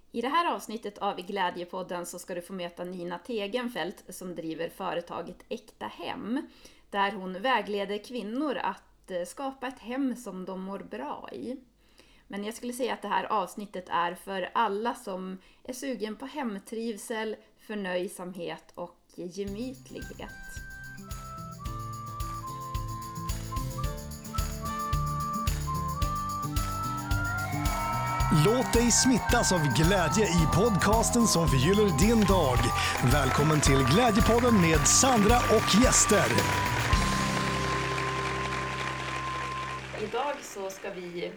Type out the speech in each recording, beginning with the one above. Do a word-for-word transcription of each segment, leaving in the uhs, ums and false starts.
I det här avsnittet av Glädjepodden så ska du få möta Nina Tegenfelt som driver företaget Äkta Hem, där hon vägleder kvinnor att skapa ett hem som de mår bra i. Men jag skulle säga att det här avsnittet är för alla som är sugen på hemtrivsel, förnöjsamhet och gemytlighet. Låt dig smittas av glädje i podcasten som förgyller din dag. Välkommen till Glädjepodden med Sandra och gäster. Idag så ska vi,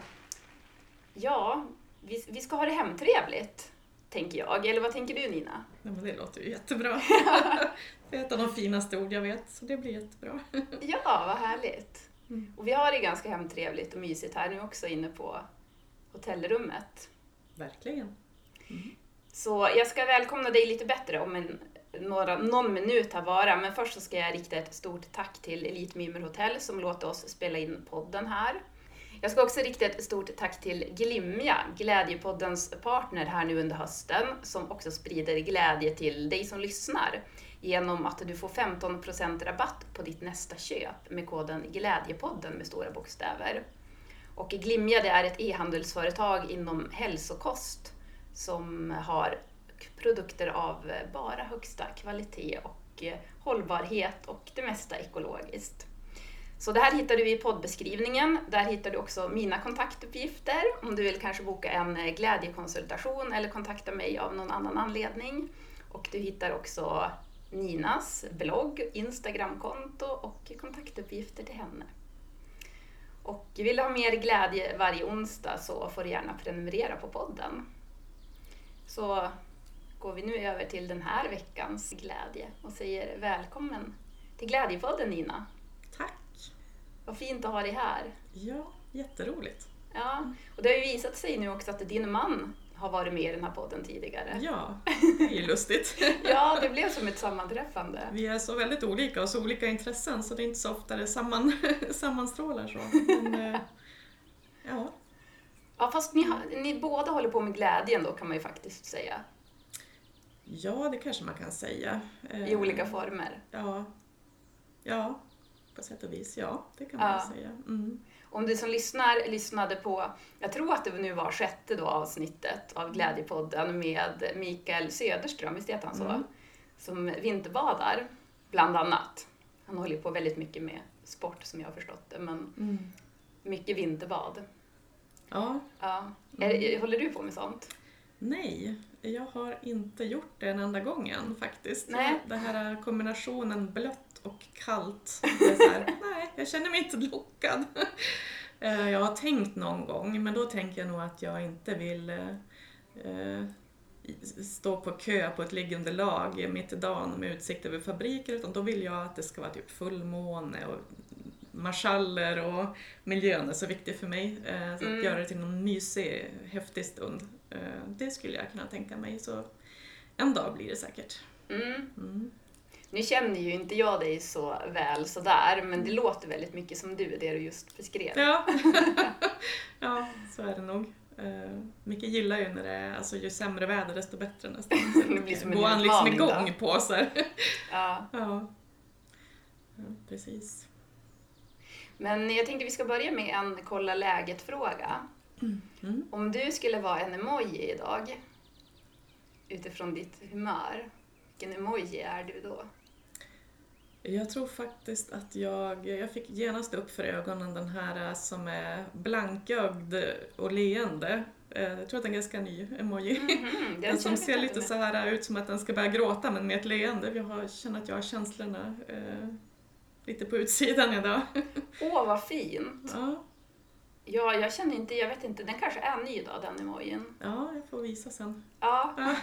ja, vi, vi ska ha det hemtrevligt, tänker jag. Eller vad tänker du, Nina? Ja, men det låter ju jättebra. Det är ett av de finaste ord jag vet, så det blir jättebra. Ja, vad härligt. Mm. Och vi har det ganska hemtrevligt och mysigt här nu också inne på hotellrummet. Verkligen. Mm. Så jag ska välkomna dig lite bättre om en, några, någon minut här bara. Men först så ska jag rikta ett stort tack till Elite Mimer Hotel som låter oss spela in podden här. Jag ska också rikta ett stort tack till Glimja, Glädjepoddens partner här nu under hösten, som också sprider glädje till dig som lyssnar genom att du får femton procent rabatt på ditt nästa köp med koden Glädjepodden med stora bokstäver. Och Glimja, det är ett e-handelsföretag inom hälsokost som har produkter av bara högsta kvalitet och hållbarhet och det mesta ekologiskt. Så det här hittar du i poddbeskrivningen. Där hittar du också mina kontaktuppgifter om du vill kanske boka en glädjekonsultation eller kontakta mig av någon annan anledning. Och du hittar också Ninas blogg, Instagramkonto och kontaktuppgifter till henne. Och vill du ha mer glädje varje onsdag så får du gärna prenumerera på podden. Så går vi nu över till den här veckans glädje och säger välkommen till Glädjepodden, Nina. Tack. Vad fint att ha dig här. Ja, jätteroligt. Ja, och det har ju visat sig nu också att din man har varit med i den här podden tidigare. Ja, det är ju lustigt. Ja, det blev som ett sammanträffande. Vi är så väldigt olika och så olika intressen så det är inte så ofta det samman, sammanstrålar så. Men, ja. Ja, fast ni, har, ni båda håller på med glädjen då kan man ju faktiskt säga. Ja, det kanske man kan säga. I olika former. Ja, ja på sätt och vis. Ja, det kan man ja. säga. Mm. Om du som lyssnar lyssnade på, jag tror att det nu var sjätte då avsnittet av Glädjepodden med Mikael Söderström, visst heter han så? Mm. Som vinterbadar, bland annat. Han håller på väldigt mycket med sport som jag har förstått det, men mm. mycket vinterbad. Ja. ja. Är, håller du på med sånt? Nej, jag har inte gjort det en enda gången faktiskt. Nej. Det här kombinationen blött och kallt. Det är så här, nej, jag känner mig inte lockad. Jag har tänkt någon gång, men då tänker jag nog att jag inte vill eh, stå på kö på ett liggunderlag mitt i dagen med utsikt över fabriker, utan då vill jag att det ska vara typ fullmåne och marschaller och miljön är så viktig för mig. Eh, så att mm. göra det till någon mysig, häftig stund. Eh, det skulle jag kunna tänka mig, så en dag blir det säkert. Mm. Mm. Nu känner ju inte jag dig så väl sådär, men det låter väldigt mycket som du, det du just beskrev. Ja, ja så är det nog. Uh, mycket gillar ju när det är, alltså ju sämre väder desto bättre nästan. Det blir som en går han liksom igång då. på sig. Ja. Ja. Ja, precis. Men jag tänkte vi ska börja med en kolla läget-fråga. Mm. Mm. Om du skulle vara en emoji idag, utifrån ditt humör, vilken emoji är du då? Jag tror faktiskt att jag, jag fick genast upp för ögonen den här som är blankögd och leende. Jag tror att den är ganska ny emoji. Mm-hmm, den som ser lite så här ut som att den ska börja gråta, men med ett leende. Jag har, känner att jag har känslorna eh, lite på utsidan idag. Åh, vad fint! Ja. Ja, jag känner inte, jag vet inte, den kanske är ny då, den emojin. Ja, jag får visa sen. Ja. Ja.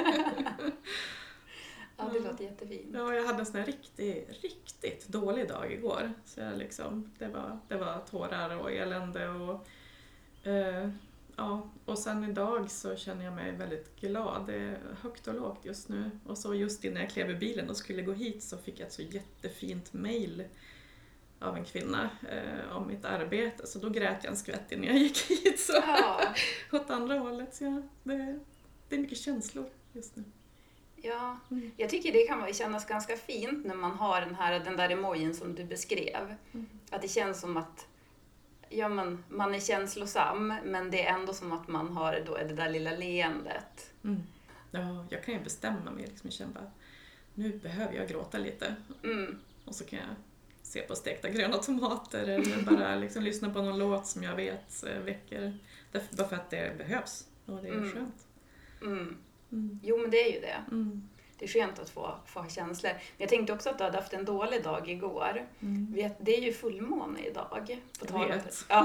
Ja, det låter jättefint. Ja, jag hade en sån här riktigt, riktigt dålig dag igår. Så jag liksom, det var, det var tårar och elände och eh, ja, och sen idag så känner jag mig väldigt glad. Det är högt och lågt just nu. Och så just innan jag klev i bilen och skulle gå hit så fick jag ett så jättefint mejl av en kvinna eh, om mitt arbete. Så då grät jag en skvätt innan jag gick hit. Så ja. åt andra hållet. Så ja, det, det är mycket känslor just nu. Ja, Mm. jag tycker det kan kännas ganska fint när man har den här den där emojin som du beskrev. Mm. Att det känns som att ja, man, man är känslosam, men det är ändå som att man har då det där lilla leendet. Mm. Ja, jag kan ju bestämma mig. Liksom, jag känner bara, nu behöver jag gråta lite. Mm. Och så kan jag se på stekta gröna tomater eller bara liksom lyssna på någon låt som jag vet väcker. Därför, bara för att det behövs. Och det är Mm. skönt. Mm. Mm. Jo, men det är ju det. Mm. Det är skönt att få, få ha känslor. Men jag tänkte också att du hade haft en dålig dag igår. Mm. Vet, det är ju fullmåne idag. På Jag tal om- vet. Ja.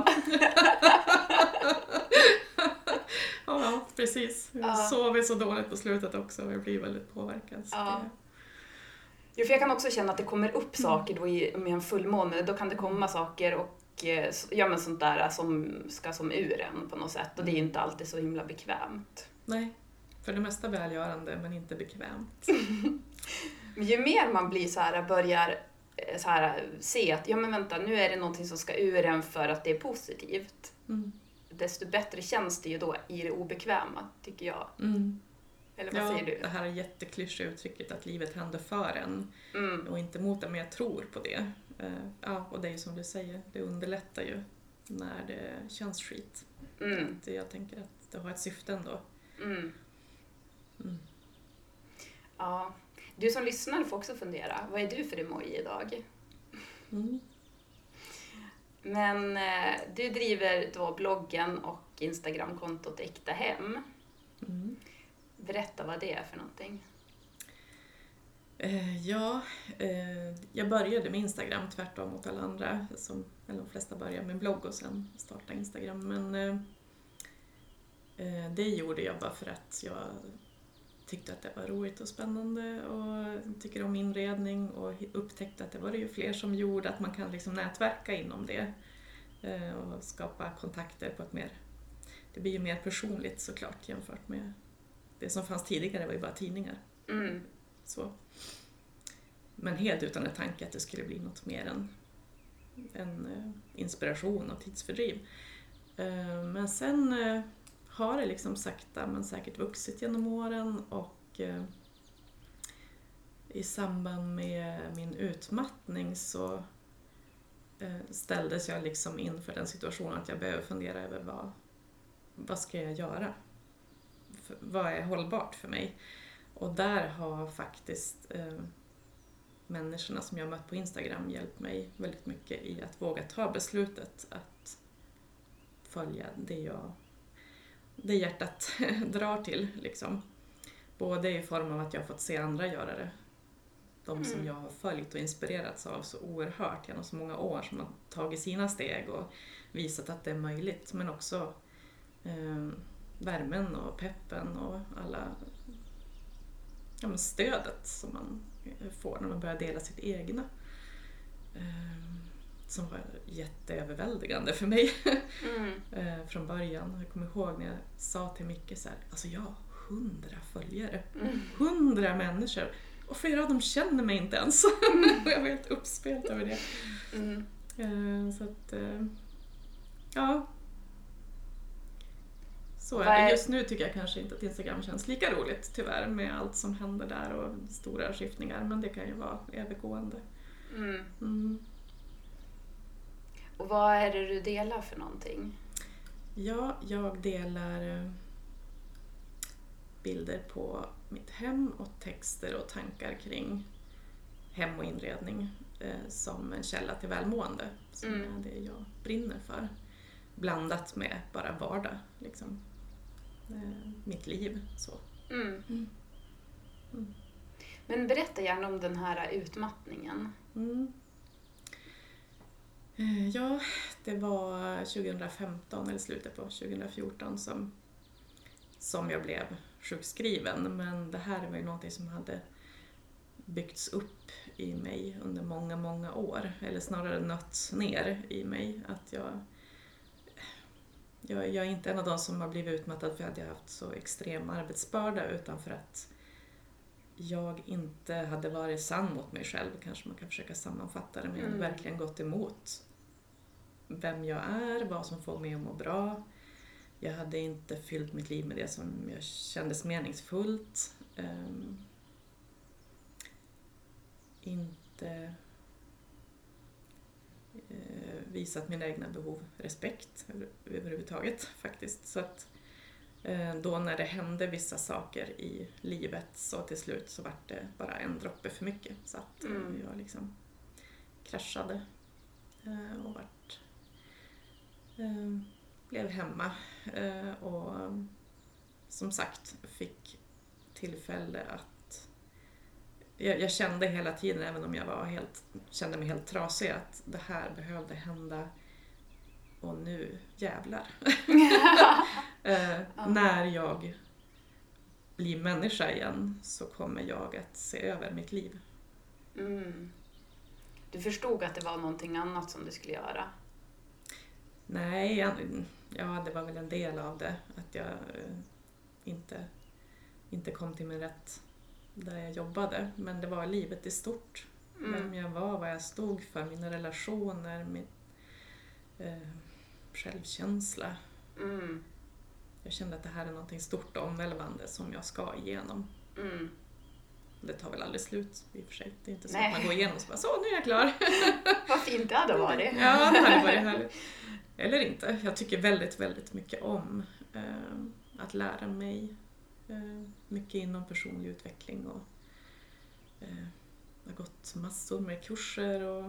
Ja, precis. Jag Ja. sov så dåligt på slutet också och jag blir väldigt påverkad. Så Ja. det- Jo, för jag kan också känna att det kommer upp saker då i, med en fullmåne. Då kan det komma saker och eh, så- ja, men sånt där som ska som ur en på något sätt. Och det är ju inte alltid så himla bekvämt. Nej, för det mesta välgörande men inte bekvämt. Men ju mer man blir så här, börjar eh, så här, se att ja, men vänta, nu är det någonting som ska ur en för att det är positivt. Mm. Desto bättre känns det ju då i det obekväma, tycker jag. Mm. Eller vad Ja, säger du? det här är jätteklyschiga uttrycket att livet händer för en Mm. och inte mot en, men jag tror på det. Eh, Ja, och det är ju som du säger, det underlättar ju när det känns skit. Mm. Att jag tänker att det har ett syfte ändå. Mm. Mm. Ja. Du som lyssnar får också fundera. Vad är du för emoji idag? Mm. Men eh, du driver då bloggen och Instagramkontot Äkta Hem. Mm. Berätta vad det är för någonting. Eh, ja, eh, jag började med Instagram tvärtom mot alla andra. Som, eller de flesta började med blogg och sen startade Instagram. Men eh, eh, det gjorde jag bara för att jag tyckte att det var roligt och spännande och tycker om inredning och upptäckte att det var det ju fler som gjorde, att man kan liksom nätverka inom det eh, och skapa kontakter på ett mer, det blir ju mer personligt såklart jämfört med det som fanns tidigare var ju bara tidningar. Mm. Så. Men helt utan en tanke att det skulle bli något mer än en eh, inspiration och tidsfördriv. Eh, men sen eh, har det liksom sakta men säkert vuxit genom åren och eh, i samband med min utmattning så eh, ställdes jag liksom inför den situationen att jag behöver fundera över vad, vad ska jag göra? För, vad är hållbart för mig? Och där har faktiskt eh, människorna som jag mött på Instagram hjälpt mig väldigt mycket i att våga ta beslutet att följa det jag det hjärtat drar till. Liksom. Både i form av att jag har fått se andra göra det. De som Mm. jag har följt och inspirerats av så oerhört genom så många år som har tagit sina steg och visat att det är möjligt. Men också eh, värmen och peppen och alla ja, men stödet som man får när man börjar dela sitt egna. Eh, som var jätteöverväldigande för mig Mm. eh, från början. Jag kommer ihåg när jag sa till Micke så här, alltså jag har hundra följare, Mm. hundra människor och flera av dem känner mig inte ens. Och jag var helt uppspelt över det. Mm. Eh, så att, eh, ja. Så Vad är det. är- Just nu tycker jag kanske inte att Instagram känns lika roligt tyvärr med allt som händer där och stora skiftningar, men det kan ju vara övergående. Mm. Mm. Och vad är det du delar för någonting? Ja, jag delar eh, bilder på mitt hem och texter och tankar kring hem och inredning eh, som en källa till välmående, som Mm. är det jag brinner för. Blandat med bara vardag, liksom. Eh, mitt liv. Så. Mm. Mm. Mm. Men berätta gärna om den här utmattningen. Mm. Eh, Ja, det var tjugohundrafemton eller slutet på tjugohundrafjorton som, som jag blev sjukskriven. Men det här var ju någonting som hade byggts upp i mig under många, många år. Eller snarare nötts ner i mig. Att jag, jag, jag är inte en av de som har blivit utmattad för att jag haft så extrem arbetsbörda, utan för att jag inte hade varit sann mot mig själv, kanske man kan försöka sammanfatta det, men jag hade Mm. verkligen gått emot vem jag är, vad som får mig att må bra. jag hade inte fyllt mitt liv med det som jag kändes meningsfullt. Um, inte uh, visat mina egna behov respekt över, överhuvudtaget faktiskt. Så att uh, då när det hände vissa saker i livet så till slut så var det bara en droppe för mycket. Så att uh, Mm. jag liksom kraschade uh, och vart, uh, blev hemma uh, och um, som sagt fick tillfälle att jag, jag kände hela tiden, även om jag var helt, kände mig helt trasig, att det här behövde hända och nu jävlar. eh, Ja. När jag blir människa igen så kommer jag att se över mitt liv. Mm. Du förstod att det var någonting annat som du skulle göra? Nej, jag, ja, det var väl en del av det. Att jag eh, inte, inte kom till min rätt där jag jobbade. Men det var livet i stort. Mm. Vem jag var, vad jag stod för, mina relationer, min eh, självkänsla. Mm. Jag kände att det här är någonting stort och omvälvande som jag ska igenom. Mm. Det tar väl aldrig slut i och för sig. Det är inte så Nej. att man går igenom och så bara, så nu är jag klar. Vad fint det hade varit. Ja, det hade varit härligt. Eller inte. Jag tycker väldigt, väldigt mycket om eh, att lära mig eh, mycket inom personlig utveckling. Och, eh, jag har gått massor med kurser och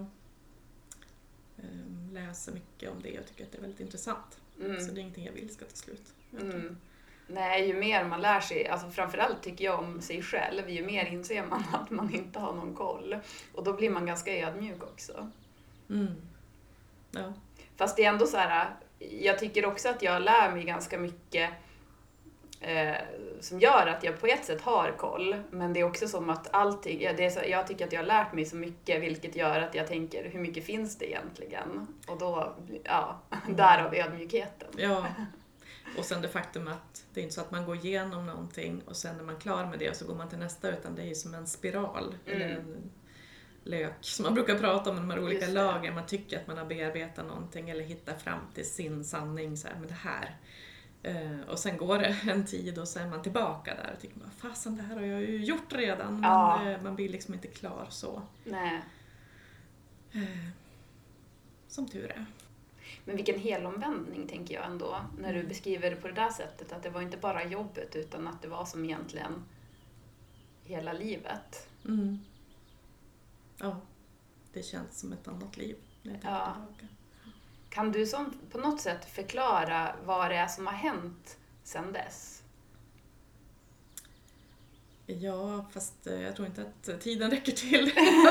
eh, läser mycket om det. Jag tycker att det är väldigt intressant. Mm. Så det är ingenting jag vill ska ta slut. Mm. Nej, ju mer man lär sig, alltså framförallt tycker jag om sig själv, ju mer inser man att man inte har någon koll. Och då blir man ganska ödmjuk också. Mm. Ja. Fast det är ändå så här, jag tycker också att jag lär mig ganska mycket eh, som gör att jag på ett sätt har koll. Men det är också som att allting, ja, det är så, jag tycker att jag har lärt mig så mycket, vilket gör att jag tänker, hur mycket finns det egentligen? Och då, ja, därav ödmjukheten. Ja. Och sen det faktum att det är inte så att man går igenom någonting och sen när man är klar med det så går man till nästa, utan det är ju som en spiral Mm. eller en lök som man brukar prata om, de här olika Just det. lagen. Man tycker att man har bearbetat någonting eller hittat fram till sin sanning, så här, men det här. Eh, och sen går det en tid och så är man tillbaka där och tycker man, fasen det här har jag ju gjort redan. Ja. Men eh, man blir liksom inte klar så. Nej. Eh, som tur är. Men vilken helomvändning tänker jag ändå, när du beskriver det på det där sättet, att det var inte bara jobbet utan att det var som egentligen hela livet. Mm. Ja, det känns som ett annat liv när jag tänker Ja. tillbaka. Kan du som på något sätt förklara vad det är som har hänt sedan dess? Ja, fast eh, jag tror inte att tiden räcker till.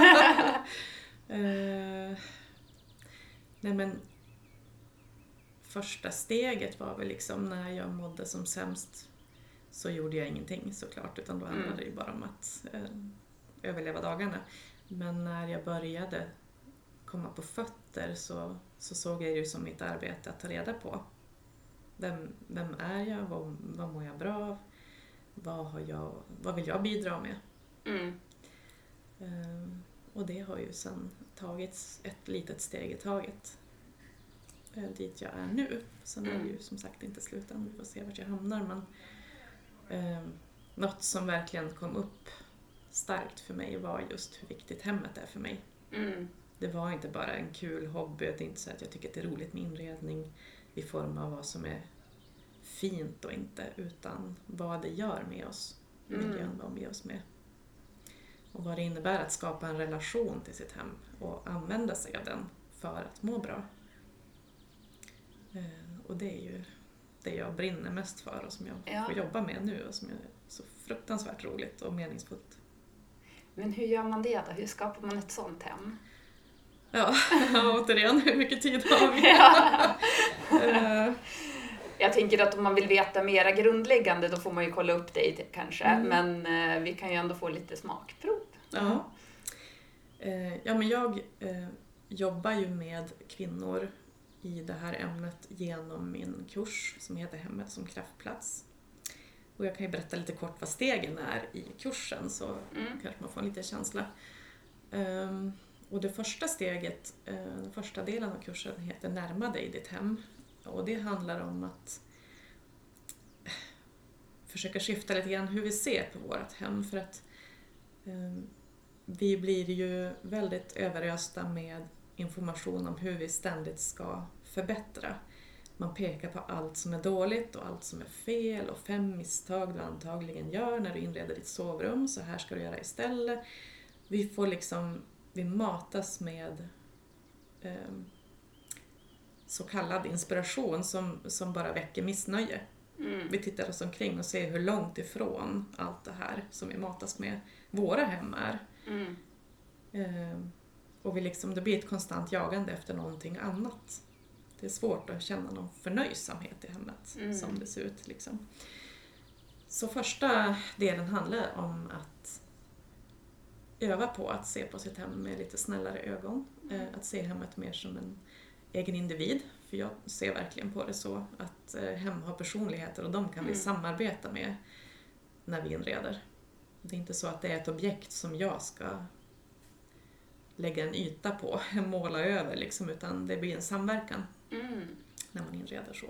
eh, nej men första steget var väl liksom när jag mådde som sämst, så gjorde jag ingenting såklart, utan då handlade Mm. det ju bara om att eh, överleva dagarna. Men när jag började komma på fötter så, så såg jag det ju som mitt arbete att ta reda på. Vem, vem är jag? Vad, vad mår jag bra av? Vad, har jag, vad vill jag bidra med? Mm. Ehm, och det har ju sen tagits ett litet steg i taget eh, dit jag är nu. Sen är det ju som sagt inte slut än, vi får se vart jag hamnar. Men ehm, något som verkligen kom upp starkt för mig var just hur viktigt hemmet är för mig. Mm. Det var inte bara en kul hobby, det är inte så att jag tycker att det är roligt med inredning i form av vad som är fint och inte, utan vad det gör med oss, miljön Mm. vi omger oss med. Och vad det innebär att skapa en relation till sitt hem och använda sig av den för att må bra. Eh, och det är ju det jag brinner mest för och som jag Ja. får jobba med nu och som är så fruktansvärt roligt och meningsfullt. Men hur gör man det då? Hur skapar man ett sånt hem? Ja, återigen, hur mycket tid har vi? Ja. Eh, Jag tänker att om man vill veta mera grundläggande då får man ju kolla upp dig t- kanske. Mm. Men eh, vi kan ju ändå få lite smakprov. Ja. Eh, ja, men jag eh, jobbar ju med kvinnor i det här ämnet genom min kurs som heter Hemmet som kraftplats. Och jag kan ju berätta lite kort vad stegen är i kursen, så Mm. kanske man får en liten känsla. Um, och det första steget, uh, den första delen av kursen heter Närma dig ditt hem. Och det handlar om att försöka skifta lite grann hur vi ser på vårt hem. För att eh, vi blir ju väldigt överösta med information om hur vi ständigt ska förbättra. Man pekar på allt som är dåligt och allt som är fel och fem misstag du antagligen gör när du inreder ditt sovrum. Så här ska du göra istället. Vi får liksom, vi matas med eh, så kallad inspiration som, som bara väcker missnöje. Mm. Vi tittar oss omkring och ser hur långt ifrån allt det här som vi matas med våra hem är. Mm. Eh, och vi liksom, det blir ett konstant jagande efter någonting annat. Det är svårt att känna någon förnöjsamhet i hemmet mm. som det ser ut. Liksom. Så första delen handlar om att öva på att se på sitt hem med lite snällare ögon. Mm. Eh, att se hemmet mer som en egen individ. För jag ser verkligen på det så att eh, hem har personligheter och de kan mm. vi samarbeta med när vi inreder. Det är inte så att det är ett objekt som jag ska lägga en yta på, måla över liksom, utan det blir en samverkan mm. när man inreder så.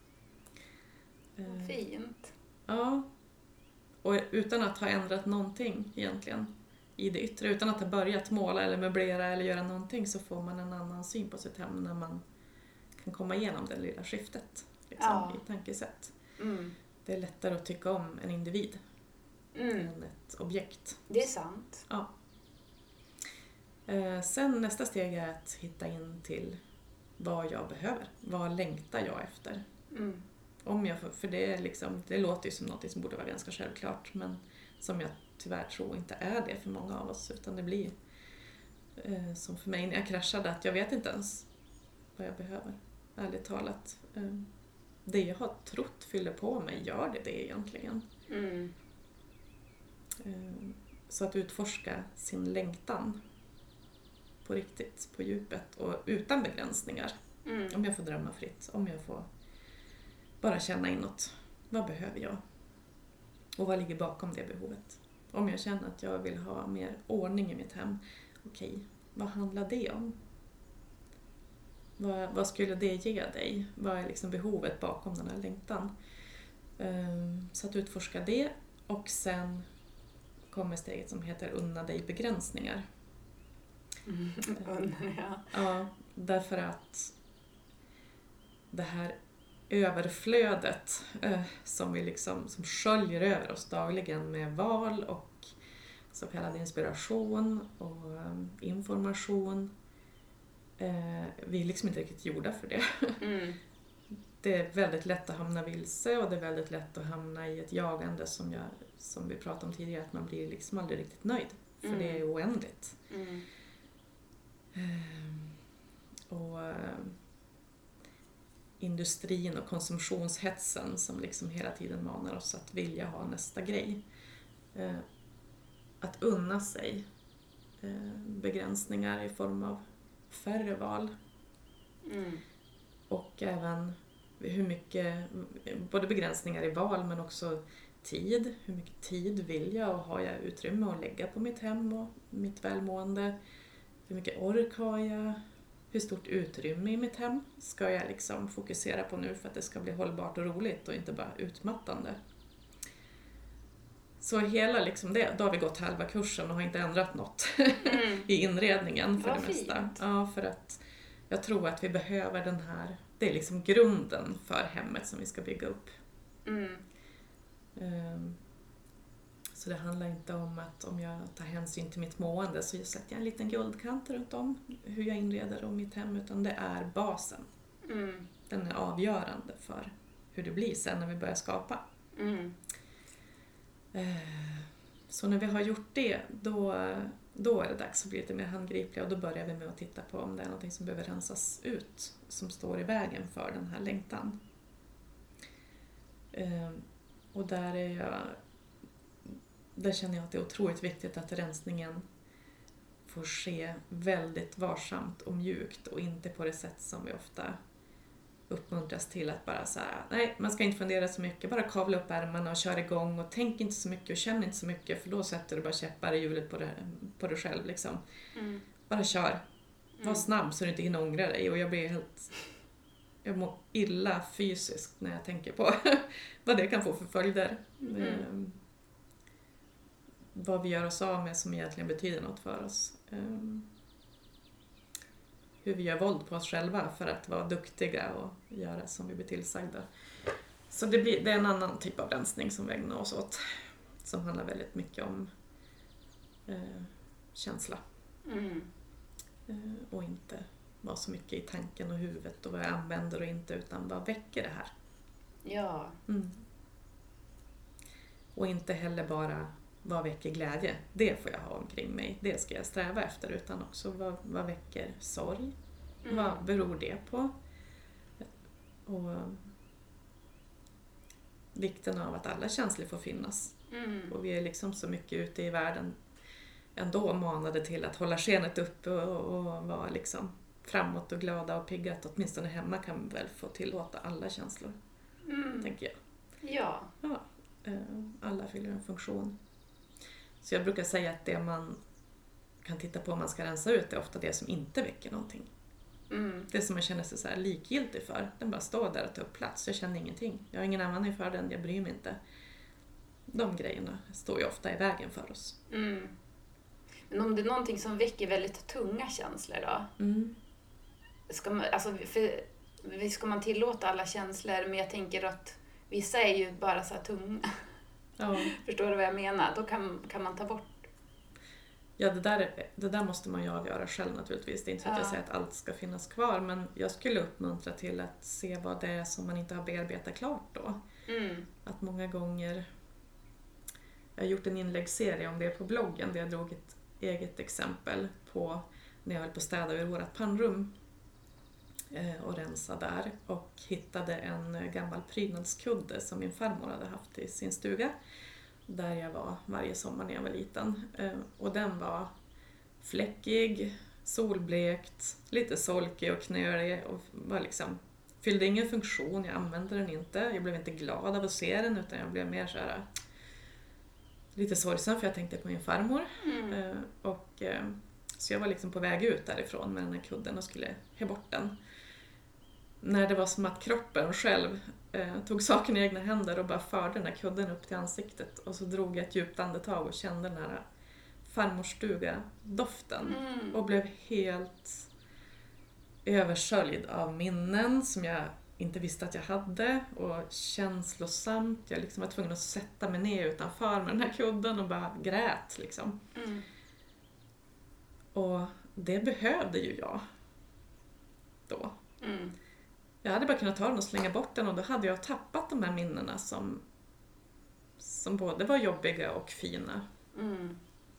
Fint. Ja. Och utan att ha ändrat någonting egentligen i det yttre, utan att ha börjat måla eller möblera eller göra någonting, så får man en annan syn på sitt hem när man kan komma igenom det lilla skiftet liksom, ja. i tankesätt. Mm. Det är lättare att tycka om en individ mm. än ett objekt. Det är sant. Ja. Sen nästa steg är att hitta in till vad jag behöver. Vad längtar jag efter? Mm. Om jag, för det, är liksom, det låter ju som något som borde vara ganska självklart, men som jag tyvärr tror inte är det för många av oss. Utan det blir eh, som för mig när jag kraschade, att jag vet inte ens vad jag behöver. Ärligt talat. Eh, det jag har trott fyller på mig, gör det det egentligen? Mm. Eh, så att utforska sin längtan på riktigt, på djupet och utan begränsningar. Mm. Om jag får drömma fritt, om jag får bara känna inåt. Vad behöver jag? Och vad ligger bakom det behovet? Om jag känner att jag vill ha mer ordning i mitt hem, okej, vad handlar det om? Vad, vad skulle det ge dig? Vad är liksom behovet bakom den här längtan? Um, så att utforska det, och sen kommer steget som heter unna dig begränsningar. Mm, ja. Ja, därför att det här överflödet eh, som vi liksom som sköljer över oss dagligen med val och så kallad inspiration och eh, information, eh, vi är liksom inte riktigt gjorda för det. Mm. Det är väldigt lätt att hamna vilse, och det är väldigt lätt att hamna i ett jagande som, jag, som vi pratade om tidigare, att man blir liksom aldrig riktigt nöjd, för mm. det är oändligt. Mm. Um, och uh, industrin och konsumtionshetsen som liksom hela tiden manar oss att vilja ha nästa grej. Uh, att unna sig uh, begränsningar i form av färre val. Mm. Och även hur mycket, både begränsningar i val men också tid. Hur mycket tid vill jag och har jag utrymme att lägga på mitt hem och mitt välmående? Hur mycket ork har jag? Hur stort utrymme i mitt hem ska jag liksom fokusera på nu för att det ska bli hållbart och roligt och inte bara utmattande? Så hela liksom det, då har vi gått halva kursen och har inte ändrat något mm. i inredningen för det mesta. Fint. Ja, för att jag tror att vi behöver den här, det är liksom grunden för hemmet som vi ska bygga upp. Mm. Um, Så det handlar inte om att om jag tar hänsyn till mitt mående så sätter jag en liten guldkant runt om hur jag inreder om mitt hem, utan det är basen. Mm. Den är avgörande för hur det blir sen när vi börjar skapa. Mm. Så när vi har gjort det, då, då är det dags att bli lite mer handgripliga, och då börjar vi med att titta på om det är något som behöver rensas ut som står i vägen för den här längtan. Och där är jag Där känner jag att det är otroligt viktigt att rensningen får ske väldigt varsamt och mjukt, och inte på det sätt som vi ofta uppmuntras till, att bara så här, nej, man ska inte fundera så mycket, bara kavla upp ärmarna och köra igång och tänk inte så mycket och känn inte så mycket, för då sätter du bara käppar i hjulet på det, på dig själv liksom. Mm. Bara kör. Var mm. snabb så du inte hinner ångra dig, och jag blir helt jag mår illa fysiskt när jag tänker på vad det kan få för följder. Mm. Eh, vad vi gör oss av med som egentligen betyder något för oss. Eh, hur vi gör våld på oss själva för att vara duktiga och göra som vi blir tillsagda. Så det, blir, det är en annan typ av rensning som vi ägnar oss åt. Som handlar väldigt mycket om eh, känsla. Mm. Eh, och inte vara så mycket i tanken och huvudet och vad jag använder och inte, utan vad väcker det här. Ja. Mm. Och inte heller bara vad väcker glädje. Det får jag ha omkring mig. Det ska jag sträva efter. Utan också vad, vad väcker sorg. Mm. Vad beror det på? Och vikten av att alla känslor får finnas. Mm. Och vi är liksom så mycket ute i världen ändå manade till att hålla skenet uppe och, och vara liksom framåt och glada och pigga. Att åtminstone hemma kan vi väl få tillåta alla känslor. Mm. Tänker jag. Ja. Ja, alla fyller en funktion. Så jag brukar säga att det man kan titta på om man ska rensa ut är ofta det som inte väcker någonting. Mm. Det som man känner sig så här likgiltig för. Den bara står där och tar upp plats. Jag känner ingenting. Jag har ingen användning för den. Jag bryr mig inte. De grejerna står ju ofta i vägen för oss. Mm. Men om det är någonting som väcker väldigt tunga känslor då? Mm. Ska man, alltså, för, ska man tillåta alla känslor? Men jag tänker att vissa är ju bara så här tunga. Ja. Förstår du vad jag menar? Då kan, kan man ta bort. Ja, det där, det där måste man ju avgöra själv naturligtvis. Det är inte så att Ja. jag säger att allt ska finnas kvar. Men jag skulle uppmuntra till att se vad det är som man inte har bearbetat klart då. Mm. Att många gånger... Jag har gjort en inläggsserie om det på bloggen. Där jag drog ett eget exempel på när jag höll på att städa ur vårat pannrum. Eh, och rensa där. Och hittade en gammal prydnadskudde som min farmor hade haft i sin stuga. Där jag var varje sommar när jag var liten. Eh, och den var fläckig, solblekt, lite solkig och knölig. Och var liksom, fyllde ingen funktion, jag använde den inte. Jag blev inte glad av att se den, utan jag blev mer så här, lite sorgsen för jag tänkte på min farmor. Mm. Eh, och, eh, så jag var liksom på väg ut därifrån med den här kudden och skulle he bort den. När det var som att kroppen själv eh, tog saken i egna händer och bara förde den här kudden upp till ansiktet. Och så drog jag ett djupt andetag och kände den här farmorstuga-doften. Mm. Och blev helt översöljd av minnen som jag inte visste att jag hade. Och känslosamt. Jag liksom var tvungen att sätta mig ner utanför med den här kudden och bara grät liksom. Mm. Och det behövde ju jag då. Mm. Jag hade bara kunnat ta den och slänga bort den och då hade jag tappat de här minnena som, som både var jobbiga och fina. Mm.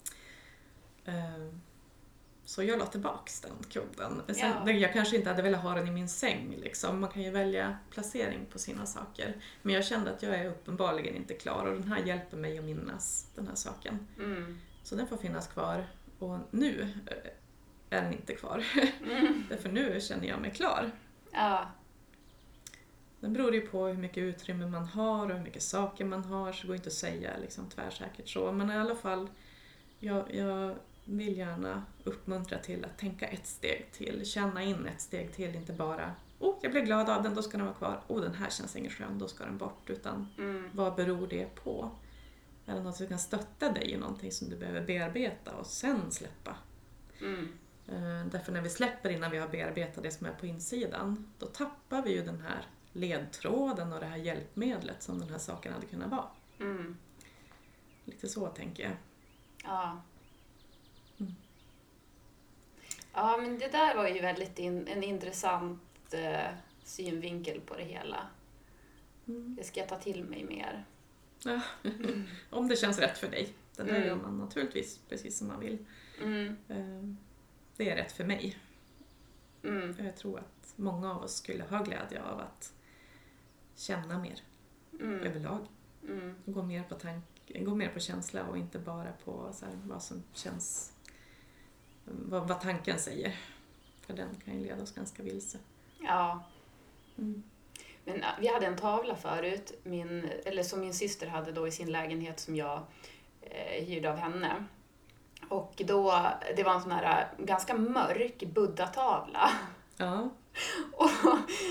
Så jag la tillbaks den kudden. Sen, Ja. jag kanske inte hade velat ha den i min säng. Liksom. Man kan ju välja placering på sina saker. Men jag kände att jag är uppenbarligen inte klar och den här hjälper mig att minnas den här saken. Mm. Så den får finnas kvar och nu är den inte kvar. Mm. Därför nu känner jag mig klar. Ja. Den beror ju på hur mycket utrymme man har och hur mycket saker man har. Så det går inte att säga liksom, tvärsäkert så. Men i alla fall, jag, jag vill gärna uppmuntra till att tänka ett steg till. Känna in ett steg till. Inte bara, oh, jag blev glad av den, då ska den vara kvar. Oh, den här känns ingen skön, då ska den bort. Utan Mm. vad beror det på? Är det något som kan stötta dig i någonting som du behöver bearbeta och sen släppa? Mm. Därför när vi släpper innan vi har bearbetat det som är på insidan, då tappar vi ju den här ledtråden och det här hjälpmedlet som den här saken hade kunnat vara. Mm. Lite så tänker jag. Ja. Mm. Ja, men det där var ju väldigt in, en intressant eh, synvinkel på det hela. Mm. Det ska jag ta till mig mer. Ja. Om det känns rätt för dig. Det där Mm. gör man naturligtvis precis som man vill. Mm. Det är rätt för mig. Mm. Jag tror att många av oss skulle ha glädje av att känna mer Mm. överlag. Mm. Gå mer på tank, gå mer på känsla och inte bara på så här, vad som känns, vad, vad tanken säger. För den kan ju leda oss ganska vilse. Ja. Mm. Men vi hade en tavla förut, min, eller som min syster hade då i sin lägenhet som jag eh, hyrde av henne. Och då, det var en sån här ganska mörk buddha-tavla. Ja. och, och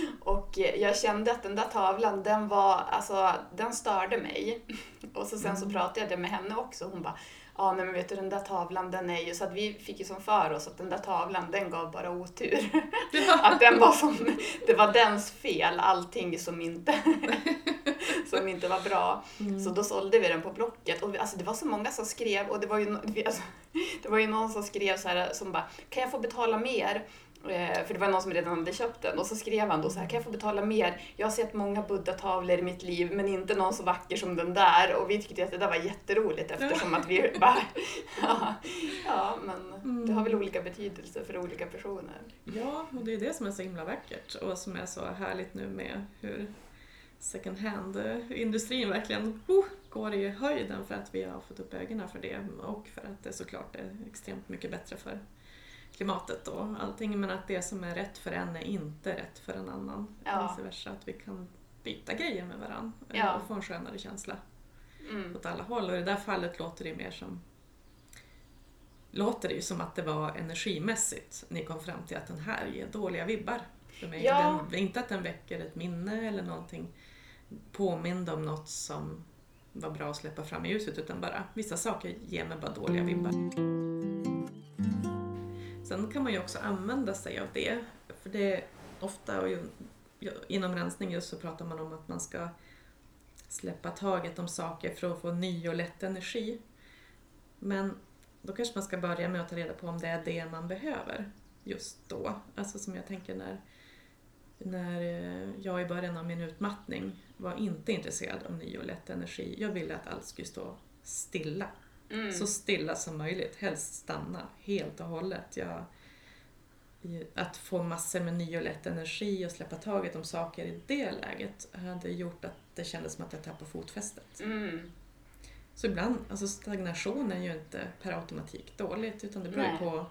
Och jag kände att den där tavlan, den var, alltså, den störde mig. Och så sen så pratade jag med henne också. Hon bara, ja men vet du, den där tavlan, den är ju, så att vi fick ju som för oss att den där tavlan, den gav bara otur. Att den var som, det var dens fel, allting som inte, som inte var bra. Mm. Så då sålde vi den på Blocket. Och vi, alltså det var så många som skrev, och det var ju, alltså, det var ju någon som skrev så här, som bara, kan jag få betala mer? För det var någon som redan hade köpt den. Och så skrev han då så här, kan jag få betala mer? Jag har sett många buddha-tavlor i mitt liv, men inte någon så vacker som den där. Och vi tyckte att det där var jätteroligt, eftersom att vi bara, ja, ja men mm. det har väl olika betydelser för olika personer. Ja, och det är det som är så himla vackert och som är så härligt nu med hur second hand-industrin verkligen uh, går i höjden, för att vi har fått upp ögonen för det, och för att det såklart är extremt mycket bättre för klimatet och allting, men att det som är rätt för en är inte rätt för en annan. Ja. Vice versa, att vi kan byta grejer med varandra ja. och få en skönare känsla mm. åt alla håll. Och i det där fallet låter det mer som låter det ju som att det var energimässigt ni kom fram till att den här ger dåliga vibbar för mig. Ja. Den, inte att den väcker ett minne eller någonting påminner om något som var bra att släppa fram i ljuset, utan bara vissa saker ger mig bara dåliga vibbar. Sen kan man ju också använda sig av det, för det är ofta, och ju, inom rensning just så pratar man om att man ska släppa taget om saker för att få ny och lätt energi. Men då kanske man ska börja med att ta reda på om det är det man behöver just då. Alltså som jag tänker när, när jag i början av min utmattning var inte intresserad av ny och lätt energi. Jag ville att allt skulle stå stilla. Mm. Så stilla som möjligt, helst stanna helt och hållet. Jag, att få massor med ny och lätt energi och släppa taget om saker i det läget hade gjort att det kändes som att jag tappade fotfästet. Mm. Så ibland, alltså stagnation är ju inte per automatik dåligt, utan det beror ju på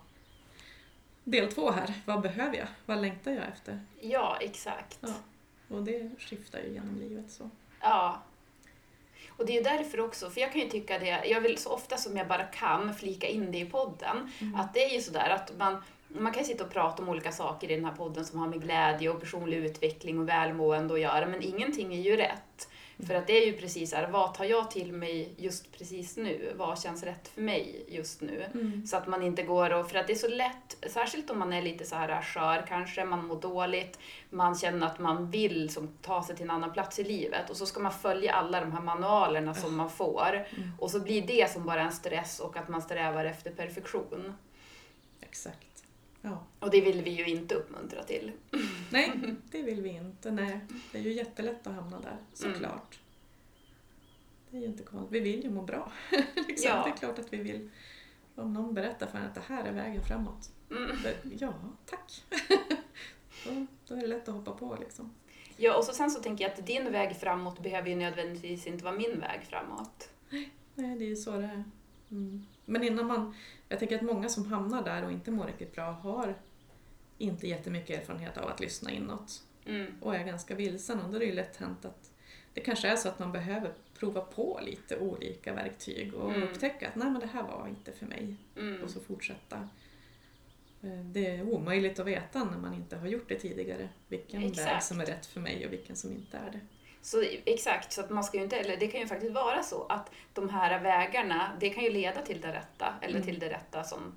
del två här. Vad behöver jag? Vad längtar jag efter? Ja, exakt. Ja, och det skiftar ju genom livet så. Ja. Och det är ju därför också, för jag kan ju tycka det, jag vill så ofta som jag bara kan flika in det i podden, mm. att det är ju sådär att man, man kan sitta och prata om olika saker i den här podden som har med glädje och personlig utveckling och välmående att göra, men ingenting är ju rätt. För att det är ju precis här, vad tar jag till mig just precis nu? Vad känns rätt för mig just nu? Mm. Så att man inte går och, för att det är så lätt, särskilt om man är lite så här skör kanske, man mår dåligt, man känner att man vill som, ta sig till en annan plats i livet, och så ska man följa alla de här manualerna som man får. Mm. Och så blir det som bara en stress och att man strävar efter perfektion. Exakt. Ja. Och det vill vi ju inte uppmuntra till. Nej, det vill vi inte. Nej. Det är ju jättelätt att hamna där, såklart. Mm. Det är ju inte konstigt. Vi vill ju må bra. liksom. Ja. Det är klart att vi vill. Om någon berättar för en att det här är vägen framåt. Mm. Ja, tack. då, då är det lätt att hoppa på liksom. Ja, och så sen så tänker jag att din väg framåt behöver ju nödvändigtvis inte vara min väg framåt. Nej, det är ju så det är. Mm. Men innan man, jag tänker att många som hamnar där och inte mår riktigt bra har inte jättemycket erfarenhet av att lyssna inåt. Mm. Och är ganska vilsen, och då är det ju lätt hänt att det kanske är så att man behöver prova på lite olika verktyg och mm. upptäcka att nej, men det här var inte för mig. Mm. Och så fortsätta. Det är omöjligt att veta när man inte har gjort det tidigare vilken Exakt. väg som är rätt för mig och vilken som inte är det. Så exakt, så att man ska ju inte, eller det kan ju faktiskt vara så att de här vägarna, det kan ju leda till det rätta, eller mm. till det rätta som,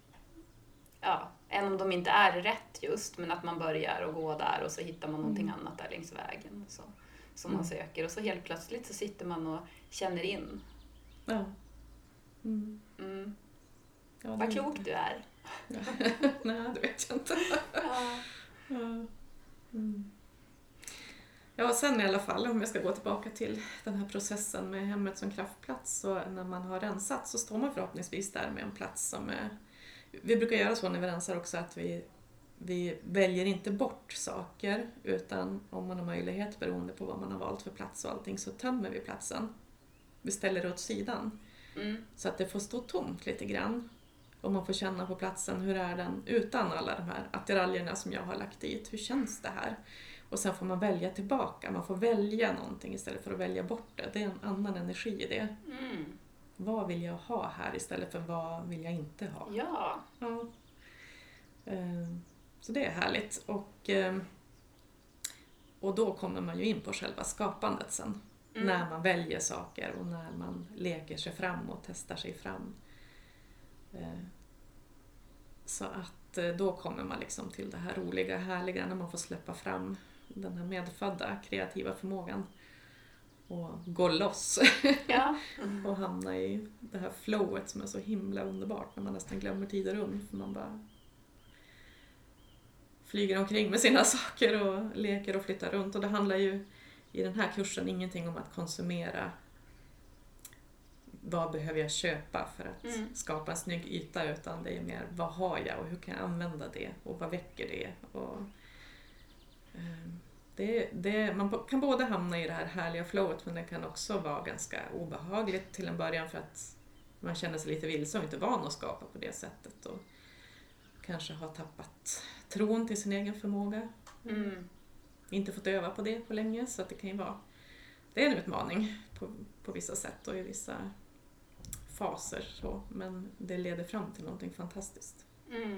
ja, än om de inte är rätt just, men att man börjar och gå där och så hittar man någonting mm. annat där längs vägen så, som mm. man söker, och så helt plötsligt så sitter man och känner in. Ja. Mm. Mm. Ja, vad klok du är. Ja. Nej, det vet jag inte. ja. Ja. Mm. Ja, och sen i alla fall, om jag ska gå tillbaka till den här processen med hemmet som kraftplats, så när man har rensat så står man förhoppningsvis där med en plats som är... Vi brukar göra så när vi rensar också, att vi, vi väljer inte bort saker, utan om man har möjlighet, beroende på vad man har valt för plats och allting, så tömmer vi platsen. Vi ställer det åt sidan. Mm. Så att det får stå tomt lite grann. Och man får känna på platsen, hur är den utan alla de här attiraljerna som jag har lagt dit. Hur känns det här? Och sen får man välja tillbaka. Man får välja någonting istället för att välja bort det. Det är en annan energi i det. Mm. Vad vill jag ha här istället för vad vill jag inte ha? Ja. ja. Så det är härligt. Och, och då kommer man ju in på själva skapandet sen. Mm. När man väljer saker och när man leker sig fram och testar sig fram. Så att då kommer man liksom till det här roliga, härliga när man får släppa fram den här medfödda kreativa förmågan och gå loss. Ja. Mm. Och hamna i det här flowet som är så himla underbart när man nästan glömmer tid och rum, för man bara flyger omkring med sina saker och leker och flyttar runt. Och det handlar ju i den här kursen ingenting om att konsumera. Vad behöver jag köpa för att mm. skapa en snygg yta, utan det är mer vad har jag och hur kan jag använda det och vad väcker det. Och, eh, det, det man kan både hamna i det här härliga flowet, men det kan också vara ganska obehagligt till en början för att man känner sig lite vilse och inte van att skapa på det sättet. Och kanske har tappat tron till sin egen förmåga. Mm. Inte fått öva på det på länge, så att det kan ju vara det är en utmaning på, på vissa sätt och i vissa faser. Så, men det leder fram till någonting fantastiskt. Mm.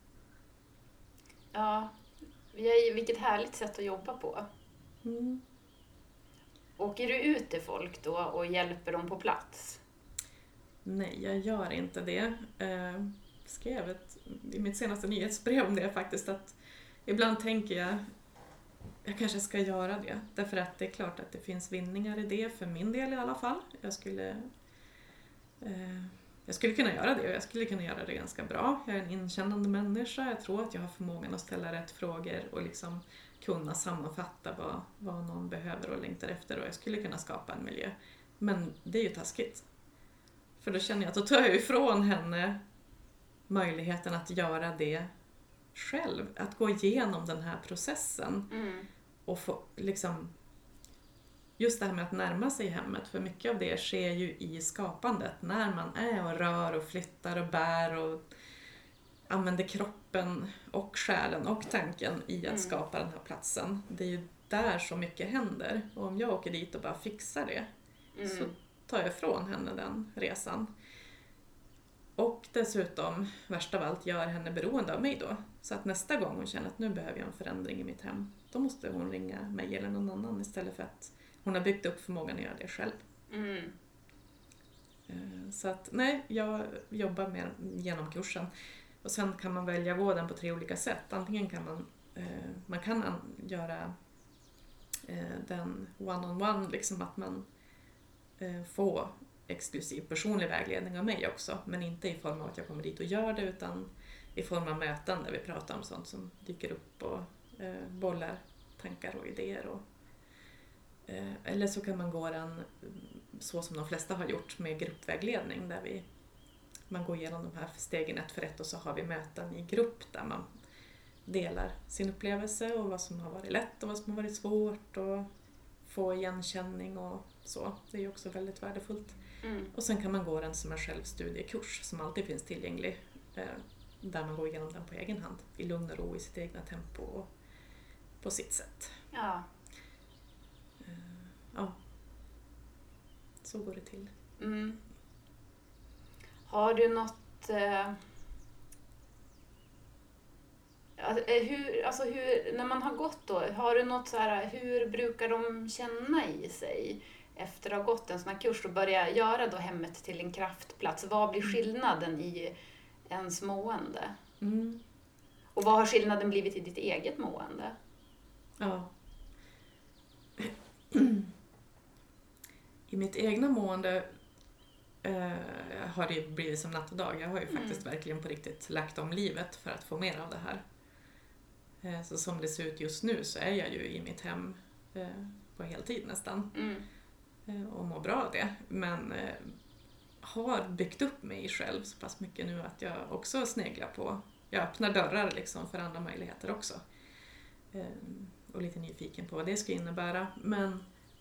Ja, vilket härligt sätt att jobba på. Mm. Åker du ut till folk då och hjälper dem på plats? Nej, jag gör inte det. Jag skrev ett, i mitt senaste nyhetsbrev om det faktiskt, att ibland tänker jag jag kanske ska göra det. Därför att det är klart att det finns vinningar i det, för min del i alla fall. Jag skulle, eh, jag skulle kunna göra det och jag skulle kunna göra det ganska bra. Jag är en inkännande människa. Jag tror att jag har förmågan att ställa rätt frågor och liksom kunna sammanfatta vad, vad någon behöver och längtar efter. Och jag skulle kunna skapa en miljö. Men det är ju taskigt. För då känner jag att då tar jag ifrån henne möjligheten att göra det själv. Att gå igenom den här processen. Mm. Och få liksom just det här med att närma sig hemmet, för mycket av det sker ju i skapandet när man är och rör och flyttar och bär och använder kroppen och själen och tanken i att mm. skapa den här platsen. Det är ju där så mycket händer, och om jag åker dit och bara fixar det mm. så tar jag ifrån henne den resan. Och dessutom, värst av allt, gör henne beroende av mig då. Så att nästa gång hon känner att nu behöver jag en förändring i mitt hem, då måste hon ringa mig eller någon annan istället för att hon har byggt upp förmågan att göra det själv. Mm. Så att nej, jag jobbar med genom kursen. Och sen kan man välja gå den på tre olika sätt. Antingen kan man, man kan göra den one-on-one, liksom att man får exklusiv personlig vägledning av mig också, men inte i form av att jag kommer dit och gör det, utan i form av möten där vi pratar om sånt som dyker upp och eh, bollar tankar och idéer. Och, eh, eller så kan man gå den så som de flesta har gjort med gruppvägledning, där vi, man går igenom de här stegen ett för ett och så har vi möten i grupp där man delar sin upplevelse och vad som har varit lätt och vad som har varit svårt och få igenkänning och så. Det är ju också väldigt värdefullt. Mm. Och sen kan man gå den som en självstudiekurs som alltid finns tillgänglig, eh, där man går igenom den på egen hand i lugn och ro i sitt egna tempo och på sitt sätt. Ja. Eh, ja. Så går det till. Mm. Har du något eh, hur, alltså hur, när man har gått då, har du något så här, hur brukar de känna i sig efter att ha gått en sån här kurs och börja göra då hemmet till en kraftplats? Vad blir skillnaden i ens mående? Mm. Och vad har skillnaden blivit i ditt eget mående? Ja. I mitt egna mående eh, har det blivit som natt och dag. Jag har ju mm. faktiskt verkligen på riktigt lagt om livet för att få mer av det här. Eh, så som det ser ut just nu så är jag ju i mitt hem eh, på heltid nästan. Mm. Eh, och mår bra av det. Men eh, har byggt upp mig själv så pass mycket nu att jag också sneglar på. Jag öppnar dörrar liksom för andra möjligheter också. Eh, och lite nyfiken på vad det ska innebära. Men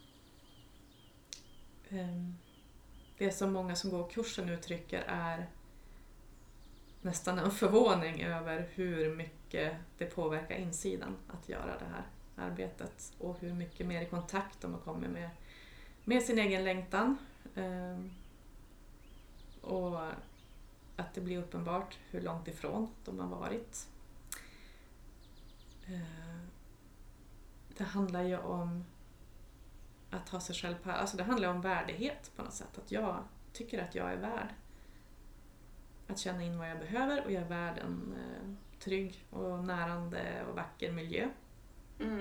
eh, det som många som går kursen uttrycker är nästan en förvåning över hur mycket det påverkar insidan att göra det här arbetet. Och hur mycket mer i kontakt de har kommit med, med sin egen längtan. Eh, och att det blir uppenbart hur långt ifrån de har varit. Eh, det handlar ju om att ha sig själv på, alltså det handlar om värdighet på något sätt. Att jag tycker att jag är värd att känna in vad jag behöver och jag är värd en eh, trygg och närande och vacker miljö. Mm.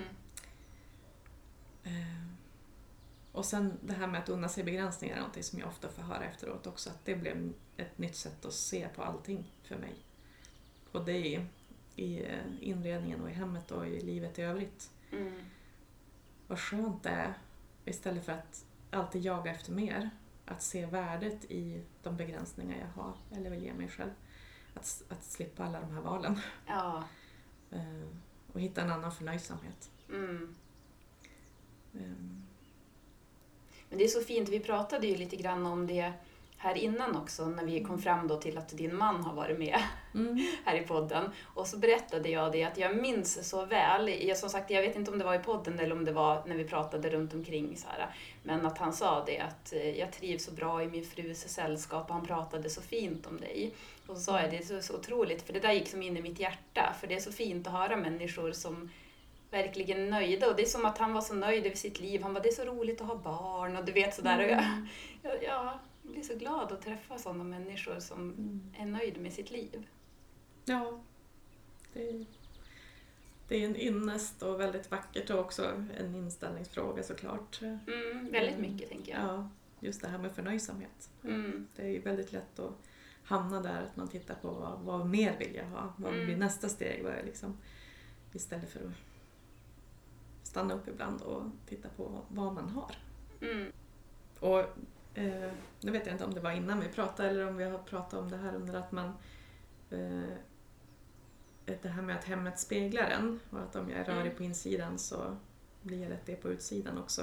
Eh, och sen det här med att unna sig begränsningar är någonting som jag ofta får höra efteråt också. Att det blev ett nytt sätt att se på allting för mig. Och det är i inredningen och i hemmet och i livet i övrigt. Mm. Vad skönt det är, istället för att alltid jaga efter mer, att se värdet i de begränsningar jag har eller vill ge mig själv. Att, att slippa alla de här valen. Ja. Och hitta en annan förnöjsamhet. Mm. Um. Men det är så fint, vi pratade ju lite grann om det här innan också, när vi kom fram då till att din man har varit med mm. här i podden. Och så berättade jag det att jag minns så väl, jag, som sagt jag vet inte om det var i podden eller om det var när vi pratade runt omkring så här, men att han sa det att jag trivs så bra i min frus sällskap och han pratade så fint om dig. Och så sa jag det är så, så otroligt, för det där gick som in i mitt hjärta, för det är så fint att höra människor som verkligen är nöjda, och det är som att han var så nöjd över sitt liv, han var det är så roligt att ha barn och du vet sådär mm. och jag, jag, jag blir så glad att träffa sådana människor som mm. är nöjda med sitt liv. Ja, det är, det är en ynnest och väldigt vackert och också en inställningsfråga såklart. Mm, väldigt mycket tänker jag. Ja, just det här med förnöjsamhet. Mm. Det är ju väldigt lätt att hamna där, att man tittar på vad, vad mer vill jag ha, vad mm. blir nästa steg, vad är liksom, istället för att stanna upp ibland och titta på vad man har. Mm. Och eh, nu vet jag inte om det var innan vi pratade eller om vi har pratat om det här under att man eh, det här med att hemmet speglar en och att om jag är rörig mm. på insidan så blir jag lätt det på utsidan också.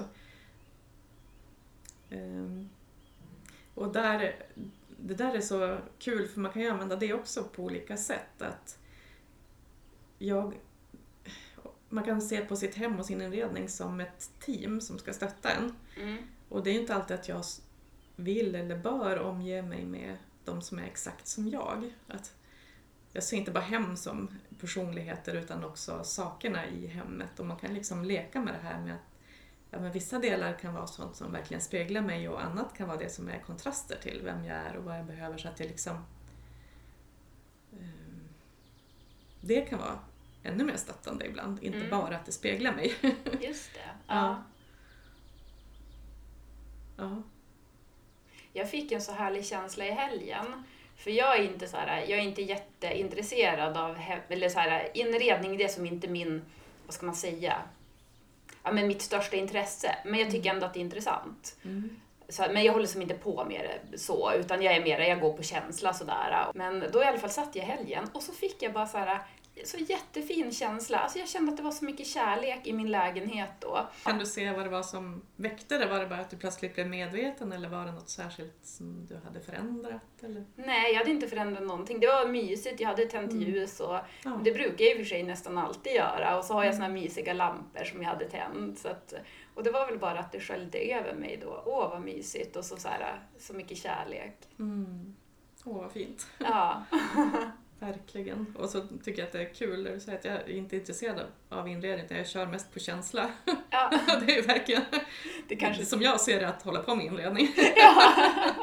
Eh, och där, det där är så kul, för man kan ju använda det också på olika sätt. Att jag Man kan se på sitt hem och sin inredning som ett team som ska stötta en. Mm. Och det är inte alltid att jag vill eller bör omge mig med de som är exakt som jag. Att jag ser inte bara hem som personligheter utan också sakerna i hemmet. Och man kan liksom leka med det här med att ja, men vissa delar kan vara sånt som verkligen speglar mig och annat kan vara det som är kontraster till vem jag är och vad jag behöver. Så att jag liksom... Um, det kan vara ännu mer stöttande ibland, inte mm. bara att det speglar mig. Just det, ja. ja. Jag fick en så härlig känsla i helgen. För jag är inte så här, jag är inte jätteintresserad av eller så här, inredning, det är som inte min, vad ska man säga, ja, men mitt största intresse. Men jag tycker ändå att det är intressant. Mm. Så, men jag håller som inte på med det så, utan jag är mer, jag går på känsla sådär. Men då i alla fall satt jag i helgen och så fick jag bara så här, så jättefin känsla. Alltså jag kände att det var så mycket kärlek i min lägenhet då. Kan du se vad det var som väckte det? Var det bara att du plötsligt blev medveten eller var det något särskilt som du hade förändrat? Eller? Nej, jag hade inte förändrat någonting. Det var mysigt, jag hade tänt mm. ljus och ja. det brukar jag i och för sig nästan alltid göra. Och så har jag såna här mysiga lampor som jag hade tänt. Så att, och det var väl bara att det sköljde över mig då. Åh, vad mysigt och så, så, här, så mycket kärlek. Mm. Åh, vad fint. Ja. Verkligen. Och så tycker jag att det är kul när du säger att jag är inte intresserad av inredning, utan jag kör mest på känsla. Ja. Det är ju verkligen det kanske... som jag ser det, att hålla på med inredning. Ja.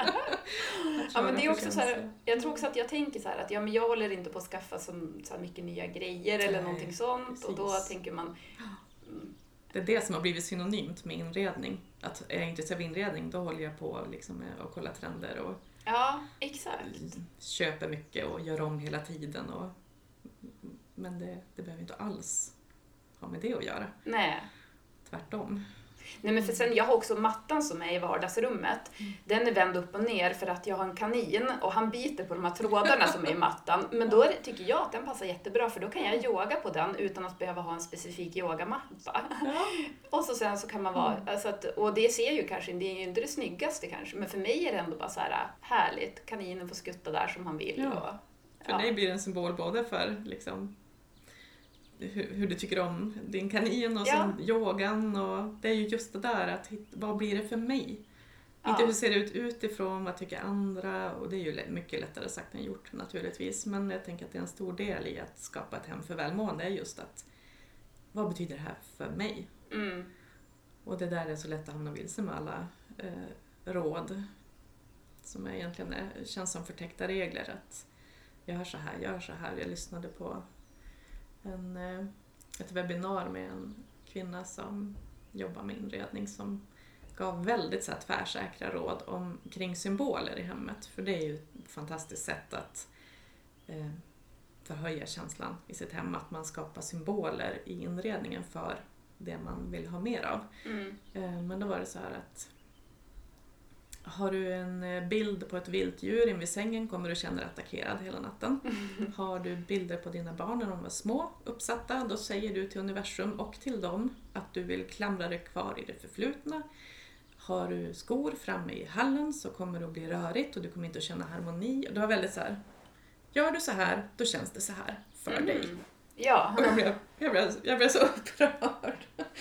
Ja, men det är också så här, jag tror också att jag tänker så här att ja, men jag håller inte på att skaffa så, så här mycket nya grejer eller Nej, någonting sånt. Precis. Och då tänker man... Mm. Det är det som har blivit synonymt med inredning. Att är jag intresserad av inredning, då håller jag på liksom med att kolla trender och ja, exakt. köper mycket och gör om hela tiden. Och, men det, det behöver inte alls ha med det att göra. Nej. Tvärtom. Nej, men för sen, jag har också mattan som är i vardagsrummet. Mm. Den är vänd upp och ner för att jag har en kanin och han biter på de här trådarna som är i mattan. Men då tycker jag att den passar jättebra, för då kan jag yoga på den utan att behöva ha en specifik yogamatta. Ja. Och så sen så kan man vara, mm. alltså att, och det ser ju kanske, det är ju inte det snyggaste kanske, men för mig är det ändå bara så här härligt. Kaninen får skutta där som han vill. Ja. Och, för ja. dig blir det en symbol både för liksom Hur, hur du tycker om din kanin och ja. sen yogan, och det är ju just det där att hitta, vad blir det för mig? Ja. Inte hur ser det ut utifrån, vad tycker andra, och det är ju mycket lättare sagt än gjort naturligtvis, men jag tänker att det är en stor del i att skapa ett hem för välmående är just att vad betyder det här för mig? Mm. Och det där är så lätt att hamna vilse med alla eh, råd som egentligen är, känns som förtäckta regler. Att gör så här, gör så här. Jag lyssnade på en, eh, ett webbinar med en kvinna som jobbar med inredning som gav väldigt så här tvärsäkra råd om, kring symboler i hemmet. För det är ju ett fantastiskt sätt att eh, förhöja känslan i sitt hem. Att man skapar symboler i inredningen för det man vill ha mer av. Mm. Eh, men då var det så här att har du en bild på ett vilt djur invid sängen kommer du känna dig attackerad hela natten. Mm. Har du bilder på dina barn när de var små uppsatta, då säger du till universum och till dem att du vill klamra dig kvar i det förflutna. Har du skor framme i hallen så kommer det att bli rörigt och du kommer inte att känna harmoni. Och det var väldigt så här, gör du så här, då känns det så här för mm. dig. Ja. Och jag blev, jag blev, jag blev så upprörd.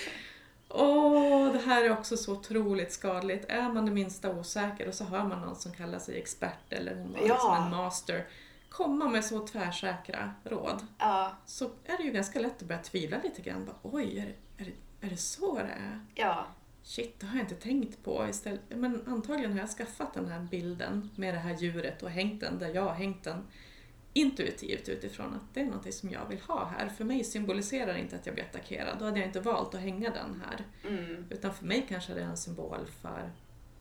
Åh, det här är också så otroligt skadligt. Är man det minsta osäker och så hör man någon som kallar sig expert eller hon var ja. liksom en master komma med så tvärsäkra råd. Ja. Så är det ju ganska lätt att börja tvivla lite grann. Bara, oj, är det, är, det, är det så det är? Ja. Shit, det har jag inte tänkt på. Istället, men antagligen har jag skaffat den här bilden med det här djuret och hängt den där jag har hängt den intuitivt utifrån att det är något som jag vill ha här. För mig symboliserar inte att jag blir attackerad. Då hade jag inte valt att hänga den här. Mm. Utan för mig kanske det är en symbol för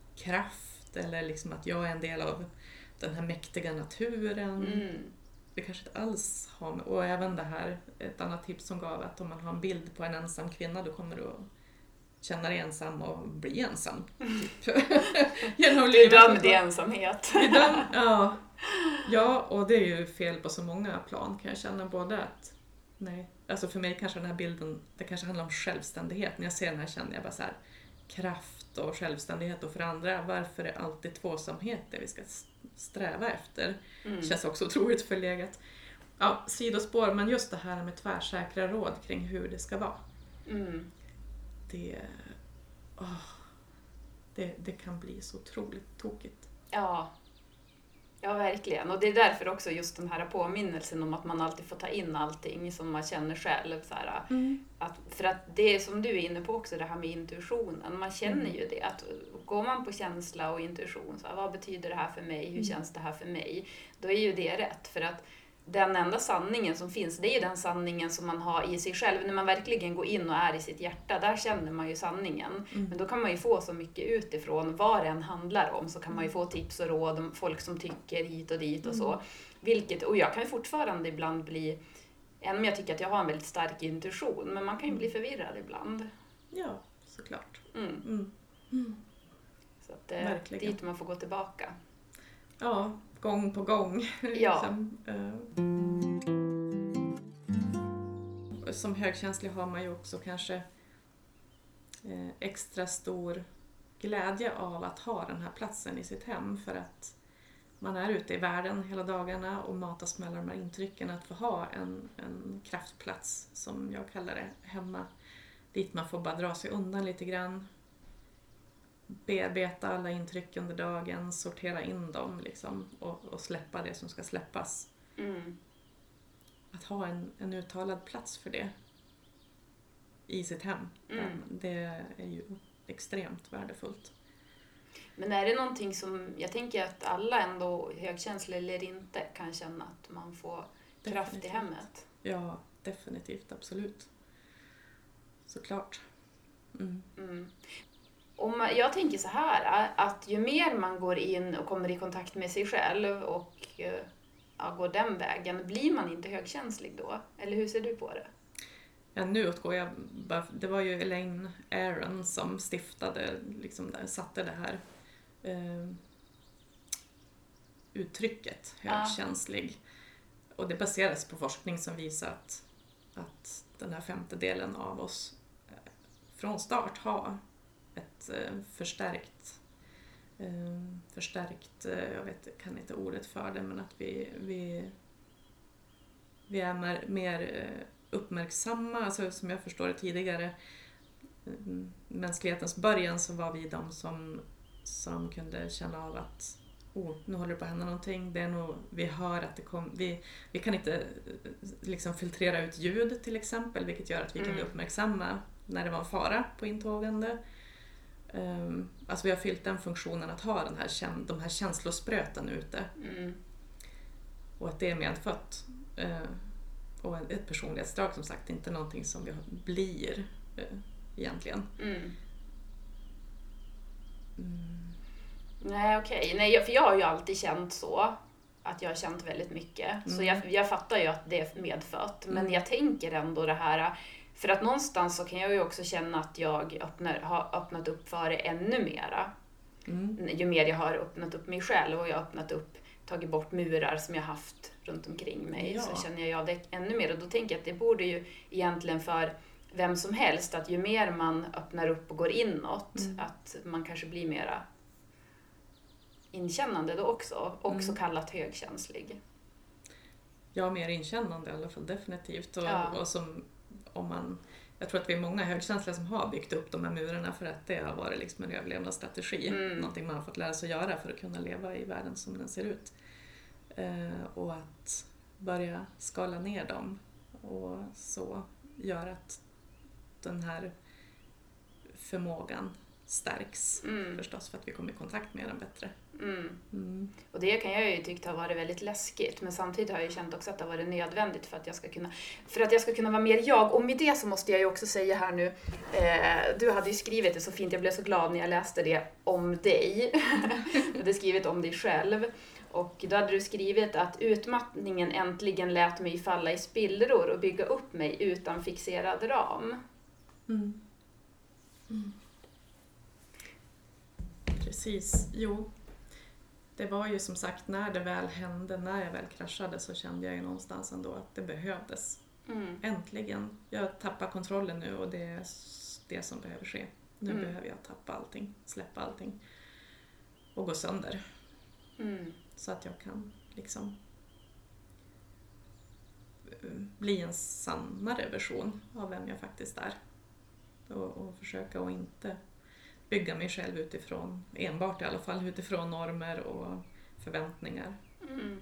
kraft eller liksom att jag är en del av den här mäktiga naturen. Mm. Det kanske inte alls har med, och även det här, ett annat tips som gav att om man har en bild på en ensam kvinna då kommer du att känna dig ensam och bli ensam. Typ. Genom du är dömd i ensamhet. Dömd, ja. Ja, och det är ju fel på så många plan kan jag känna både att nej, alltså för mig kanske den här bilden, det kanske handlar om självständighet. När jag ser den här känner jag bara så här kraft och självständighet och för andra, varför är alltid tvåsamhet det vi ska sträva efter? Mm. Känns också otroligt förlegat. Ja, sidospår, men just det här med tvärsäkra råd kring hur det ska vara. Mm. Det, åh, det, det kan bli så otroligt tokigt. Ja. Ja, verkligen. Och det är därför också just den här påminnelsen om att man alltid får ta in allting som man känner själv. Så här, mm. att, för att det är som du är inne på också, det här med intuitionen. Man känner mm. ju det. Att går man på känsla och intuition, så här, vad betyder det här för mig? Hur mm. känns det här för mig? Då är ju det rätt. För att den enda sanningen som finns, det är ju den sanningen som man har i sig själv. När man verkligen går in och är i sitt hjärta, där känner man ju sanningen. Mm. Men då kan man ju få så mycket utifrån, vad det än handlar om. Så kan man ju få tips och råd om folk som tycker hit och dit och så. Mm. Vilket, och jag kan ju fortfarande ibland bli, även om jag tycker att jag har en väldigt stark intuition, men man kan ju bli förvirrad ibland. Ja, såklart. Mm. Mm. Mm. Så att det är dit man får gå tillbaka. Ja, gång på gång. Ja. liksom, uh. Som högkänslig har man ju också kanske eh, extra stor glädje av att ha den här platsen i sitt hem för att man är ute i världen hela dagarna och matas med de här intrycken. Att få ha en, en kraftplats som jag kallar det hemma, dit man får bara dra sig undan lite grann. Bearbeta alla intryck under dagen, sortera in dem liksom, och, och släppa det som ska släppas. Mm. Att ha en, en uttalad plats för det i sitt hem, mm. det är ju extremt värdefullt. Men är det någonting som, jag tänker att alla ändå, högkänsliga eller inte, kan känna att man får kraft definitivt. I hemmet? Ja, definitivt, absolut. Såklart. Mm. Mm. Om jag tänker så här, att ju mer man går in och kommer i kontakt med sig själv och ja, går den vägen, blir man inte högkänslig då? Eller hur ser du på det? Ja, nu utgår jag bara, det var ju Elaine Aron som stiftade, liksom där, satte det här eh, uttrycket högkänslig. Ja. Och det baseras på forskning som visar att, att den här femte delen av oss eh, från start har ett eh, förstärkt eh, förstärkt, eh, jag vet, kan inte ordet för det, men att vi vi, vi är mer, mer eh, uppmärksamma, alltså som jag förstår det tidigare, mänsklighetens början så var vi de som, som kunde känna av att oh, nu håller det på att hända någonting, det är nog, vi hör att det kommer, vi, vi kan inte liksom filtrera ut ljud till exempel, vilket gör att vi mm. kan bli uppmärksamma när det var en fara på intågande. Um, alltså vi har fyllt den funktionen att ha den här, de här känslospröten ute. Mm. Och att det är medfött. Uh, och ett personlighetsdrag som sagt, inte någonting som vi blir uh, egentligen. Mm. Mm. Nej okej, okay. Nej, för jag har ju alltid känt så. Att jag har känt väldigt mycket. Mm. Så jag, jag fattar ju att det är medfött. Men mm. jag tänker ändå det här. För att någonstans så kan jag ju också känna att jag öppnar, har öppnat upp för det ännu mera. Mm. Ju mer jag har öppnat upp mig själv och jag har öppnat upp, tagit bort murar som jag haft runt omkring mig. Ja. Så känner jag det ännu mer. Och då tänker jag att det borde ju egentligen för vem som helst. Att ju mer man öppnar upp och går inåt. Mm. Att man kanske blir mera inkännande då också. Också mm. kallat högkänslig. Ja, mer inkännande i alla fall, definitivt. Och, ja. och som, om man, jag tror att vi är många högkänsliga som har byggt upp de här murarna för att det har varit liksom en överlevnadsstrategi. Mm. Någonting man har fått lära sig att göra för att kunna leva i världen som den ser ut. Eh, och att börja skala ner dem och så gör att den här förmågan stärks mm. förstås för att vi kommer i kontakt med den bättre. Mm. Mm. Och det kan jag ju tyckt har varit väldigt läskigt, men samtidigt har jag ju känt också att det har varit nödvändigt för att jag ska kunna för att jag ska kunna vara mer jag. Och med det så måste jag ju också säga här nu, eh, du hade ju skrivit det så fint, jag blev så glad när jag läste det om dig. Du hade skrivit om dig själv. Och då hade du skrivit att utmattningen äntligen lät mig falla i spillror och bygga upp mig utan fixerad ram. Mm. Mm. Precis, jo. Det var ju som sagt när det väl hände, när jag väl kraschade så kände jag ju någonstans ändå att det behövdes. Mm. Äntligen. Jag tappar kontrollen nu och det är det som behöver ske. Nu mm. behöver jag tappa allting, släppa allting och gå sönder. Mm. Så att jag kan liksom bli en sannare version av vem jag faktiskt är. Och, och försöka att inte bygga mig själv utifrån, enbart i alla fall, utifrån normer och förväntningar. Mm.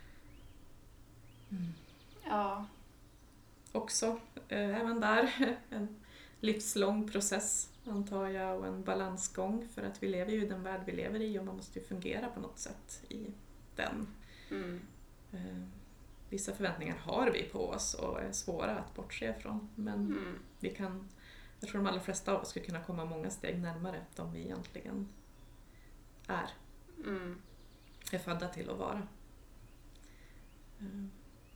Mm. Ja. Också, eh, även där, en livslång process antar jag och en balansgång för att vi lever ju i den värld vi lever i och man måste ju fungera på något sätt i den. Mm. Eh, vissa förväntningar har vi på oss och är svåra att bortse ifrån, men mm. vi kan, jag tror de allra flesta av oss skulle kunna komma många steg närmare de vi egentligen är. Mm. Är födda till att vara. Mm.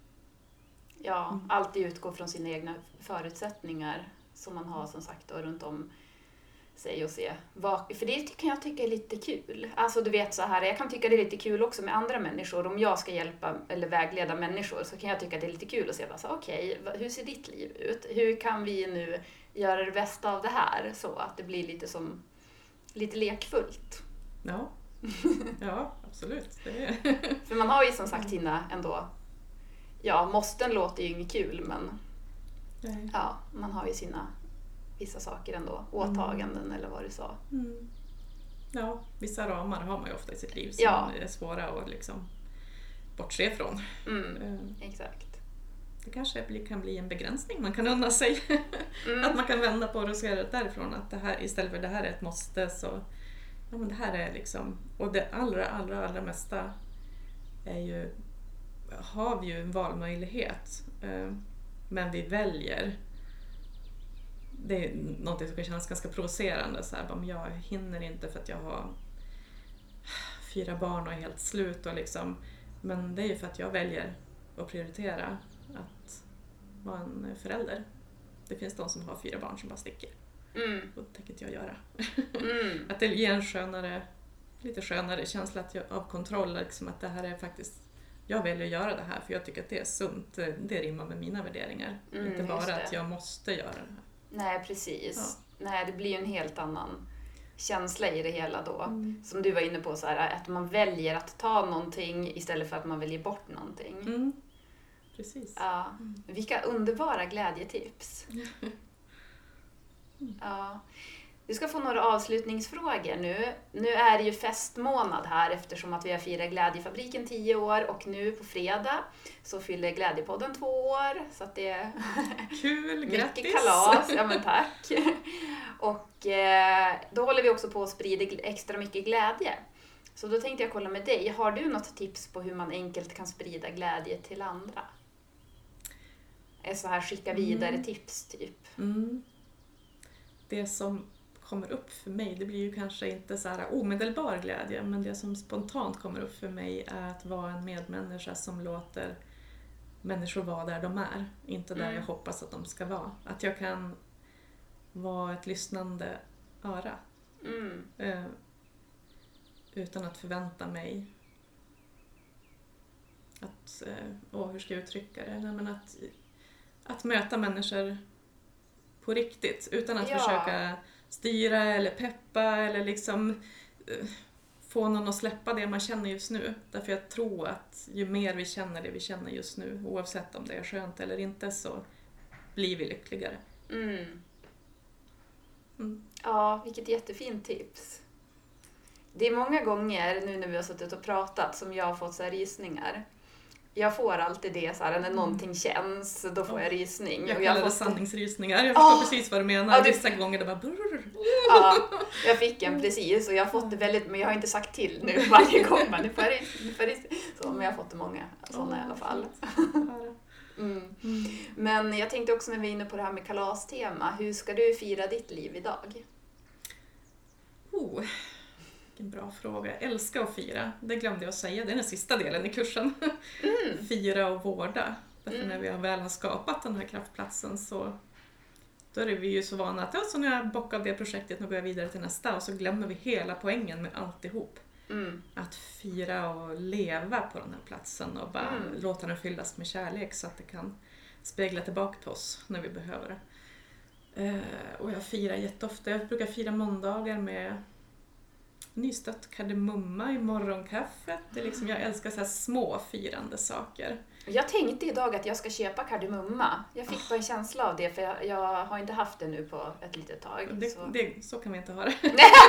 Ja, mm. alltid utgå från sina egna förutsättningar som man har som sagt då, runt om sig och se. För det kan jag tycka är lite kul. Alltså du vet så här, jag kan tycka det är lite kul också med andra människor. Om jag ska hjälpa eller vägleda människor så kan jag tycka att det är lite kul att se bara så okej, okay, hur ser ditt liv ut? Hur kan vi nu göra det bästa av det här så att det blir lite som lite lekfullt? Ja, ja absolut. Det är... För man har ju som sagt sina ändå, ja, måsten låter ju inget kul men Nej. ja, man har ju sina vissa saker ändå, åtaganden mm. eller vad du sa. Mm. Ja, vissa ramar har man ju ofta i sitt liv som ja. är svåra att liksom bortse ifrån. Mm. Mm. Exakt. Det kanske bli, kan bli en begränsning man kan unna sig. Mm. Att man kan vända på det och se det därifrån. Att det här, istället för det här är ett måste så ja, men det här är liksom, och det allra, allra, allra mesta är ju, har vi ju en valmöjlighet. Men vi väljer. Det är något som kan kännas ganska provocerande. Så här, jag hinner inte för att jag har fyra barn och är helt slut. Och liksom, men det är ju för att jag väljer att prioritera att vara en förälder. Det finns de som har fyra barn som bara sticker. Mm. Och det tänker inte jag göra. Mm. Att det ger en skönare, lite skönare känsla att jag, av kontroll. Liksom, att det här är faktiskt, jag väljer att göra det här för jag tycker att det är sunt. Det rimmar med mina värderingar. Mm, inte bara att jag måste göra det här. Nej, precis. Ja. Nej, det blir ju en helt annan känsla i det hela då. Mm. Som du var inne på, så här, att man väljer att ta någonting istället för att man väljer bort någonting. Mm. Precis. Ja. Mm. Vilka underbara glädjetips. Mm. Ja. Vi ska få några avslutningsfrågor nu. Nu är det ju festmånad här eftersom att vi har firat Glädjefabriken tio år och nu på fredag så fyller Glädjepodden två år. Så att det är Kul, grattis! Mycket kalas, ja men tack. Och eh, då håller vi också på att sprida extra mycket glädje. Så då tänkte jag kolla med dig. Har du något tips på hur man enkelt kan sprida glädje till andra? Är så här skicka vidare mm. tips typ. Mm. Det som kommer upp för mig, det blir ju kanske inte så här omedelbar glädje, men det som spontant kommer upp för mig är att vara en medmänniska som låter människor vara där de är, inte där mm. jag hoppas att de ska vara. Att jag kan vara ett lyssnande öra. Mm. Eh, utan att förvänta mig att, eh, åh, hur ska jag uttrycka det? Nej, men att, att möta människor på riktigt, utan att ja. försöka styra eller peppa eller liksom eh, få någon att släppa det man känner just nu. Därför jag tror att ju mer vi känner det vi känner just nu, oavsett om det är skönt eller inte, så blir vi lyckligare. Mm. Mm. Ja, vilket jättefint tips. Det är många gånger nu när vi har suttit och pratat som jag har fått så här rysningar. Jag får alltid det så här, när någonting känns, då får jag rysning. Jag och kallar jag det fått... sanningsrysningar. Jag förstår oh! precis vad du menar. Ja, du... Vissa gånger det bara brrr. Ja, jag fick en precis och jag har fått det väldigt, men jag har inte sagt till nu varje gång. Men, nu får jag, nu får jag, så, men jag har fått det många sådana oh, i alla fall. Mm. Mm. Men jag tänkte också när vi är inne på det här med kalastema. Hur ska du fira ditt liv idag? Oh, vilken bra fråga. Jag älskar att fira. Det glömde jag att säga. Det är den sista delen i kursen. Mm. Fira och vårda. Därför mm. när vi väl har skapat den här kraftplatsen så då är vi ju så vana att ja, så när jag bockar av det projektet nu går jag vidare till nästa och så glömmer vi hela poängen med alltihop. Mm. Att fira och leva på den här platsen och bara mm. låta den fyllas med kärlek så att det kan spegla tillbaka till oss när vi behöver det. Eh, och jag firar jätteofta. Jag brukar fira måndagar med nystött kardemumma i morgonkaffet. Det är liksom, jag älskar så här små firande saker. Jag tänkte idag att jag ska köpa kardemumma. Jag fick bara en känsla av det för jag, jag har inte haft det nu på ett litet tag. Det, så. Det, så kan vi inte ha det.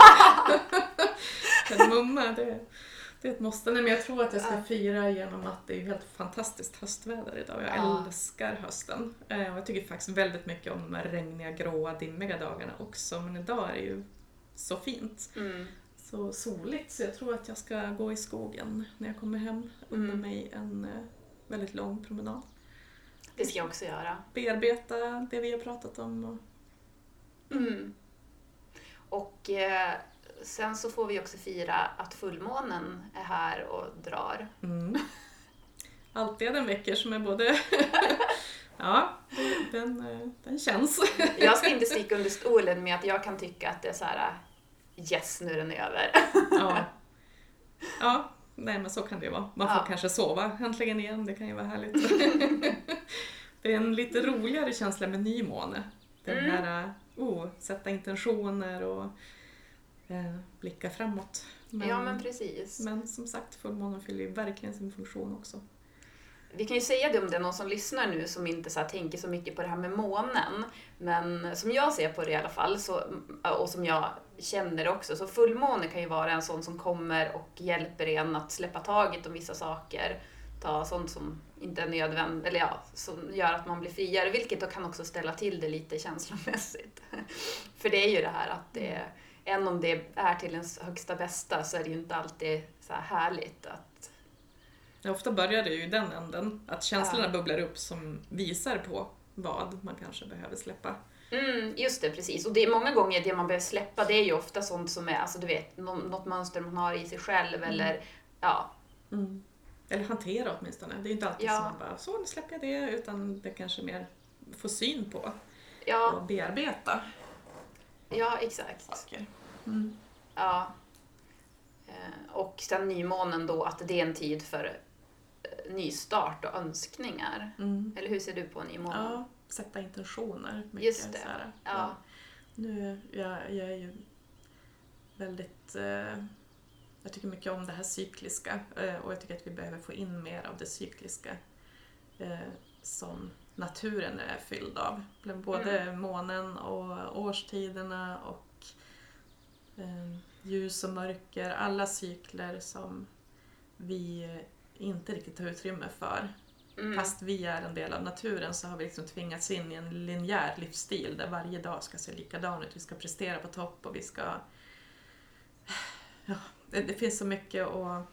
Kardemumma, det, det är ett måste. Nej, men jag tror att jag ska fira genom att det är helt fantastiskt höstväder idag. Jag ja. älskar hösten. Och jag tycker faktiskt väldigt mycket om de här regniga, gråa, dimmiga dagarna också. Men idag är det ju så fint. Mm. Så soligt. Så jag tror att jag ska gå i skogen när jag kommer hem. Unna Mm. mig en väldigt lång promenad. Det ska jag också göra. Bearbeta det vi har pratat om. Och... Mm. Och eh, sen så får vi också fira att fullmånen är här och drar. Mm. Alltid den veckor som är både... ja, den, den känns. Jag ska inte sticka under stolen med att jag kan tycka att det är så här... Yes, nu är den över. ja. ja, nej men så kan det vara. Man får ja. kanske sova äntligen igen, det kan ju vara härligt. Det är en lite roligare känsla med nymåne. Den mm. här, oh, sätta intentioner och eh, blicka framåt. Men, ja men precis. Men som sagt, fullmånen fyller ju verkligen sin funktion också. Vi kan ju säga det om det är någon som lyssnar nu som inte så här tänker så mycket på det här med månen. Men som jag ser på det i alla fall, så, och som jag känner också, så fullmåne kan ju vara en sån som kommer och hjälper en att släppa taget om vissa saker. Ta sånt som inte är nödvändigt, eller ja, som gör att man blir friare. Vilket då kan också ställa till det lite känslomässigt. För det är ju det här att det, än om det är till ens högsta bästa så är det ju inte alltid så här härligt att... Ja, ofta börjar det ju i den änden, att känslorna ja. bubblar upp som visar på vad man kanske behöver släppa. Mm, just det, precis. Och det är många gånger det man behöver släppa, det är ju ofta sånt som är, alltså du vet, något mönster man har i sig själv mm. eller, ja. Mm. Eller hantera åtminstone. Det är ju inte alltid ja. som man bara, så nu släpper jag det, utan det kanske mer får syn på ja. och bearbeta. Ja, exakt. Okay. Mm. Ja. Och sen nymånen då, att det är en tid för nystart och önskningar. Mm. Eller hur ser du på nymånen? Ja, sätta intentioner. Mycket, just det. Så här. Ja. Ja. Nu, jag, jag är ju väldigt... Eh, jag tycker mycket om det här cykliska. Eh, och jag tycker att vi behöver få in mer av det cykliska eh, som naturen är fylld av. Både mm. månen och årstiderna och eh, ljus och mörker, alla cykler som vi inte riktigt har utrymme för. Mm. Fast vi är en del av naturen så har vi liksom tvingats in i en linjär livsstil där varje dag ska se likadan ut. Vi ska prestera på topp och vi ska... Ja, det, det finns så mycket att,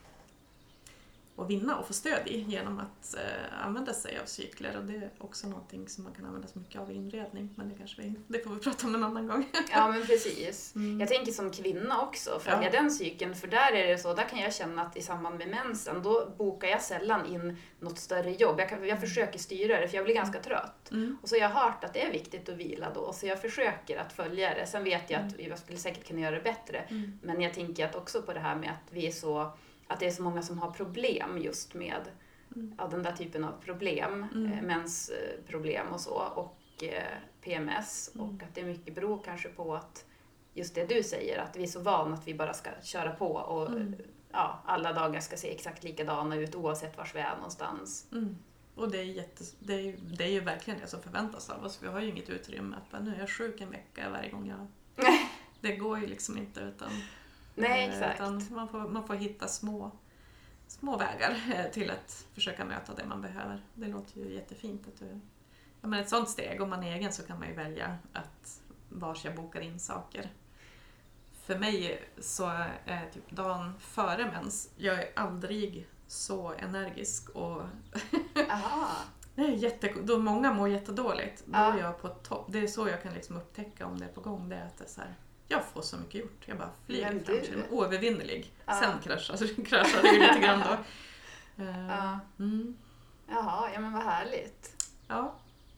att vinna och få stöd i genom att eh, använda sig av cykler. Och det är också någonting som man kan använda så mycket av i inredning. Men det kanske vi, det får vi prata om en annan gång. Ja, men precis. Mm. Jag tänker som kvinna också, följa ja. den cykeln. För där är det så, där kan jag känna att i samband med mensen, då bokar jag sällan in något större jobb. Jag, kan, jag försöker styra det för jag blir ganska trött. Mm. Och så har jag hört att det är viktigt att vila då. Så jag försöker att följa det. Sen vet jag att jag skulle säkert kunna göra det bättre. Mm. Men jag tänker att också på det här med att vi är så... Att det är så många som har problem just med mm. ja, den där typen av problem. Mm. Eh, mensproblem och så. Och eh, P M S. Mm. Och att det mycket beror kanske på att just det du säger. Att vi är så vana att vi bara ska köra på. Och mm. ja, alla dagar ska se exakt likadana ut oavsett vars vi är någonstans. Mm. Och det är, jätte, det, är, det är ju verkligen det som förväntas av oss. Vi har ju inget utrymme att bara, nu är jag sjuk en vecka varje gång jag... Det går ju liksom inte utan... Nej, exakt. Utan man, får, man får hitta små, små vägar till att försöka möta det man behöver. Det låter ju jättefint. Att du, ja, men ett sånt steg, om man är egen så kan man ju välja att vars jag bokar in saker. För mig så är typ dagen före mens, jag är aldrig så energisk. Och Aha. Det är jätte, då många mår jättedåligt. Då är jag på topp. Det är så jag kan liksom upptäcka om det är på gång. Det är att det är så här, jag får så mycket gjort. Jag bara flyger fram till den. Oövervinnerlig. Ja. Sen kraschar, kraschar det lite grann då. Uh, ja. Mm. Jaha, ja men vad härligt. Ja.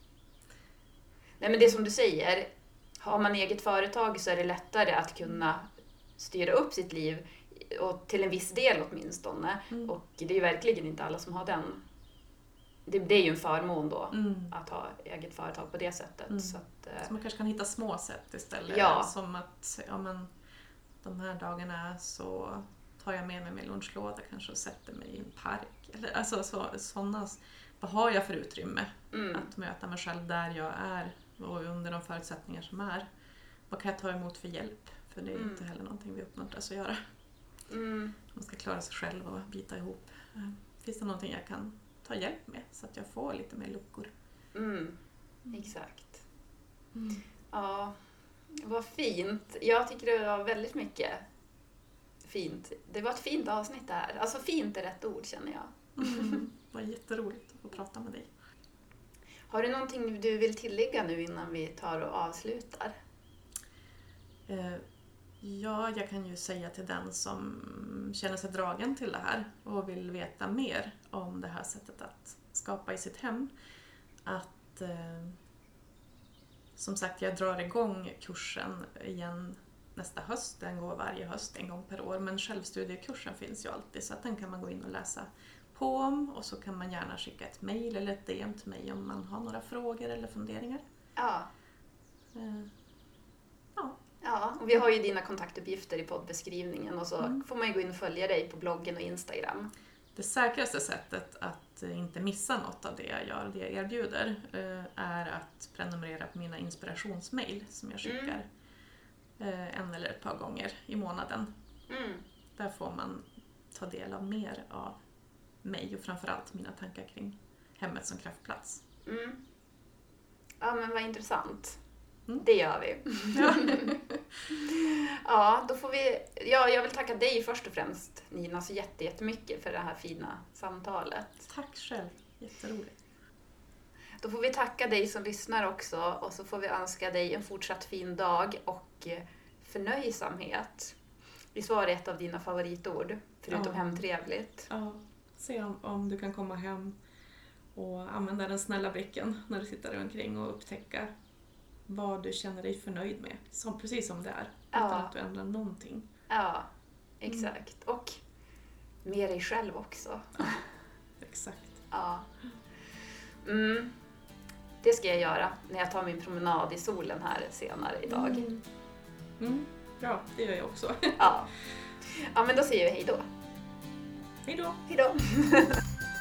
Nej men det som du säger, har man eget företag så är det lättare att kunna styra upp sitt liv. Och till en viss del åtminstone. Mm. Och det är ju verkligen inte alla som har den. Det, det är ju en förmån då mm. att ha eget företag på det sättet. Mm. Så, att, eh... så man kanske kan hitta små sätt istället. Ja. Som att ja, men, de här dagarna så tar jag med mig min lunchlåda kanske och sätter mig i en park. Eller, alltså så, sådana, vad har jag för utrymme mm. att möta mig själv där jag är och under de förutsättningar som är. Vad kan jag ta emot för hjälp? För det är mm. inte heller någonting vi uppmuntras att göra. Mm. Man ska klara sig själv och bita ihop. Finns det någonting jag kan ta hjälp med så att jag får lite mer luckor? Mm. Exakt. Mm. Ja, vad fint. Jag tycker det var väldigt mycket fint. Det var ett fint avsnitt det här. Alltså fint är rätt ord känner jag. Mm. Det var jätteroligt att få prata med dig. Har du någonting du vill tillägga nu innan vi tar och avslutar? Eh, ja, jag kan ju säga till den som känner sig dragen till det här och vill veta mer om det här sättet att skapa i sitt hem. Att eh, som sagt, jag drar igång kursen igen nästa höst. Den går varje höst en gång per år. Men självstudiekursen finns ju alltid så att den kan man gå in och läsa på om. Och så kan man gärna skicka ett mejl eller ett D M till mig om man har några frågor eller funderingar. Ja. Eh, ja. Ja, och vi har ju dina kontaktuppgifter i poddbeskrivningen och så mm. får man ju gå in och följa dig på bloggen och Instagram. Det säkraste sättet att inte missa något av det jag gör, det jag erbjuder, är att prenumerera på mina inspirationsmail som jag skickar mm. en eller ett par gånger i månaden. Mm. Där får man ta del av mer av mig och framförallt mina tankar kring hemmet som kraftplats. Mm. Ja, men vad intressant. Mm. Det gör vi. Ja. Ja, då får vi... Ja, jag vill tacka dig först och främst, Nina, så jätte, jättemycket för det här fina samtalet. Tack själv. Jätteroligt. Då får vi tacka dig som lyssnar också och så får vi önska dig en fortsatt fin dag och förnöjsamhet. Visst var det ett av dina favoritord, förutom ja. hemtrevligt? Ja, se om, om du kan komma hem och använda den snälla blicken när du sitter omkring och upptäcka vad du känner dig förnöjd med, som, precis som det är, utan ja. att du ändrar någonting. Ja, exakt. Mm. Och med dig själv också. Ja, exakt. Ja. Mm. Det ska jag göra när jag tar min promenad i solen här senare idag. Mm. Mm. Ja, det gör jag också. Ja. Ja, men då säger vi hej då. Hej då. Hej då.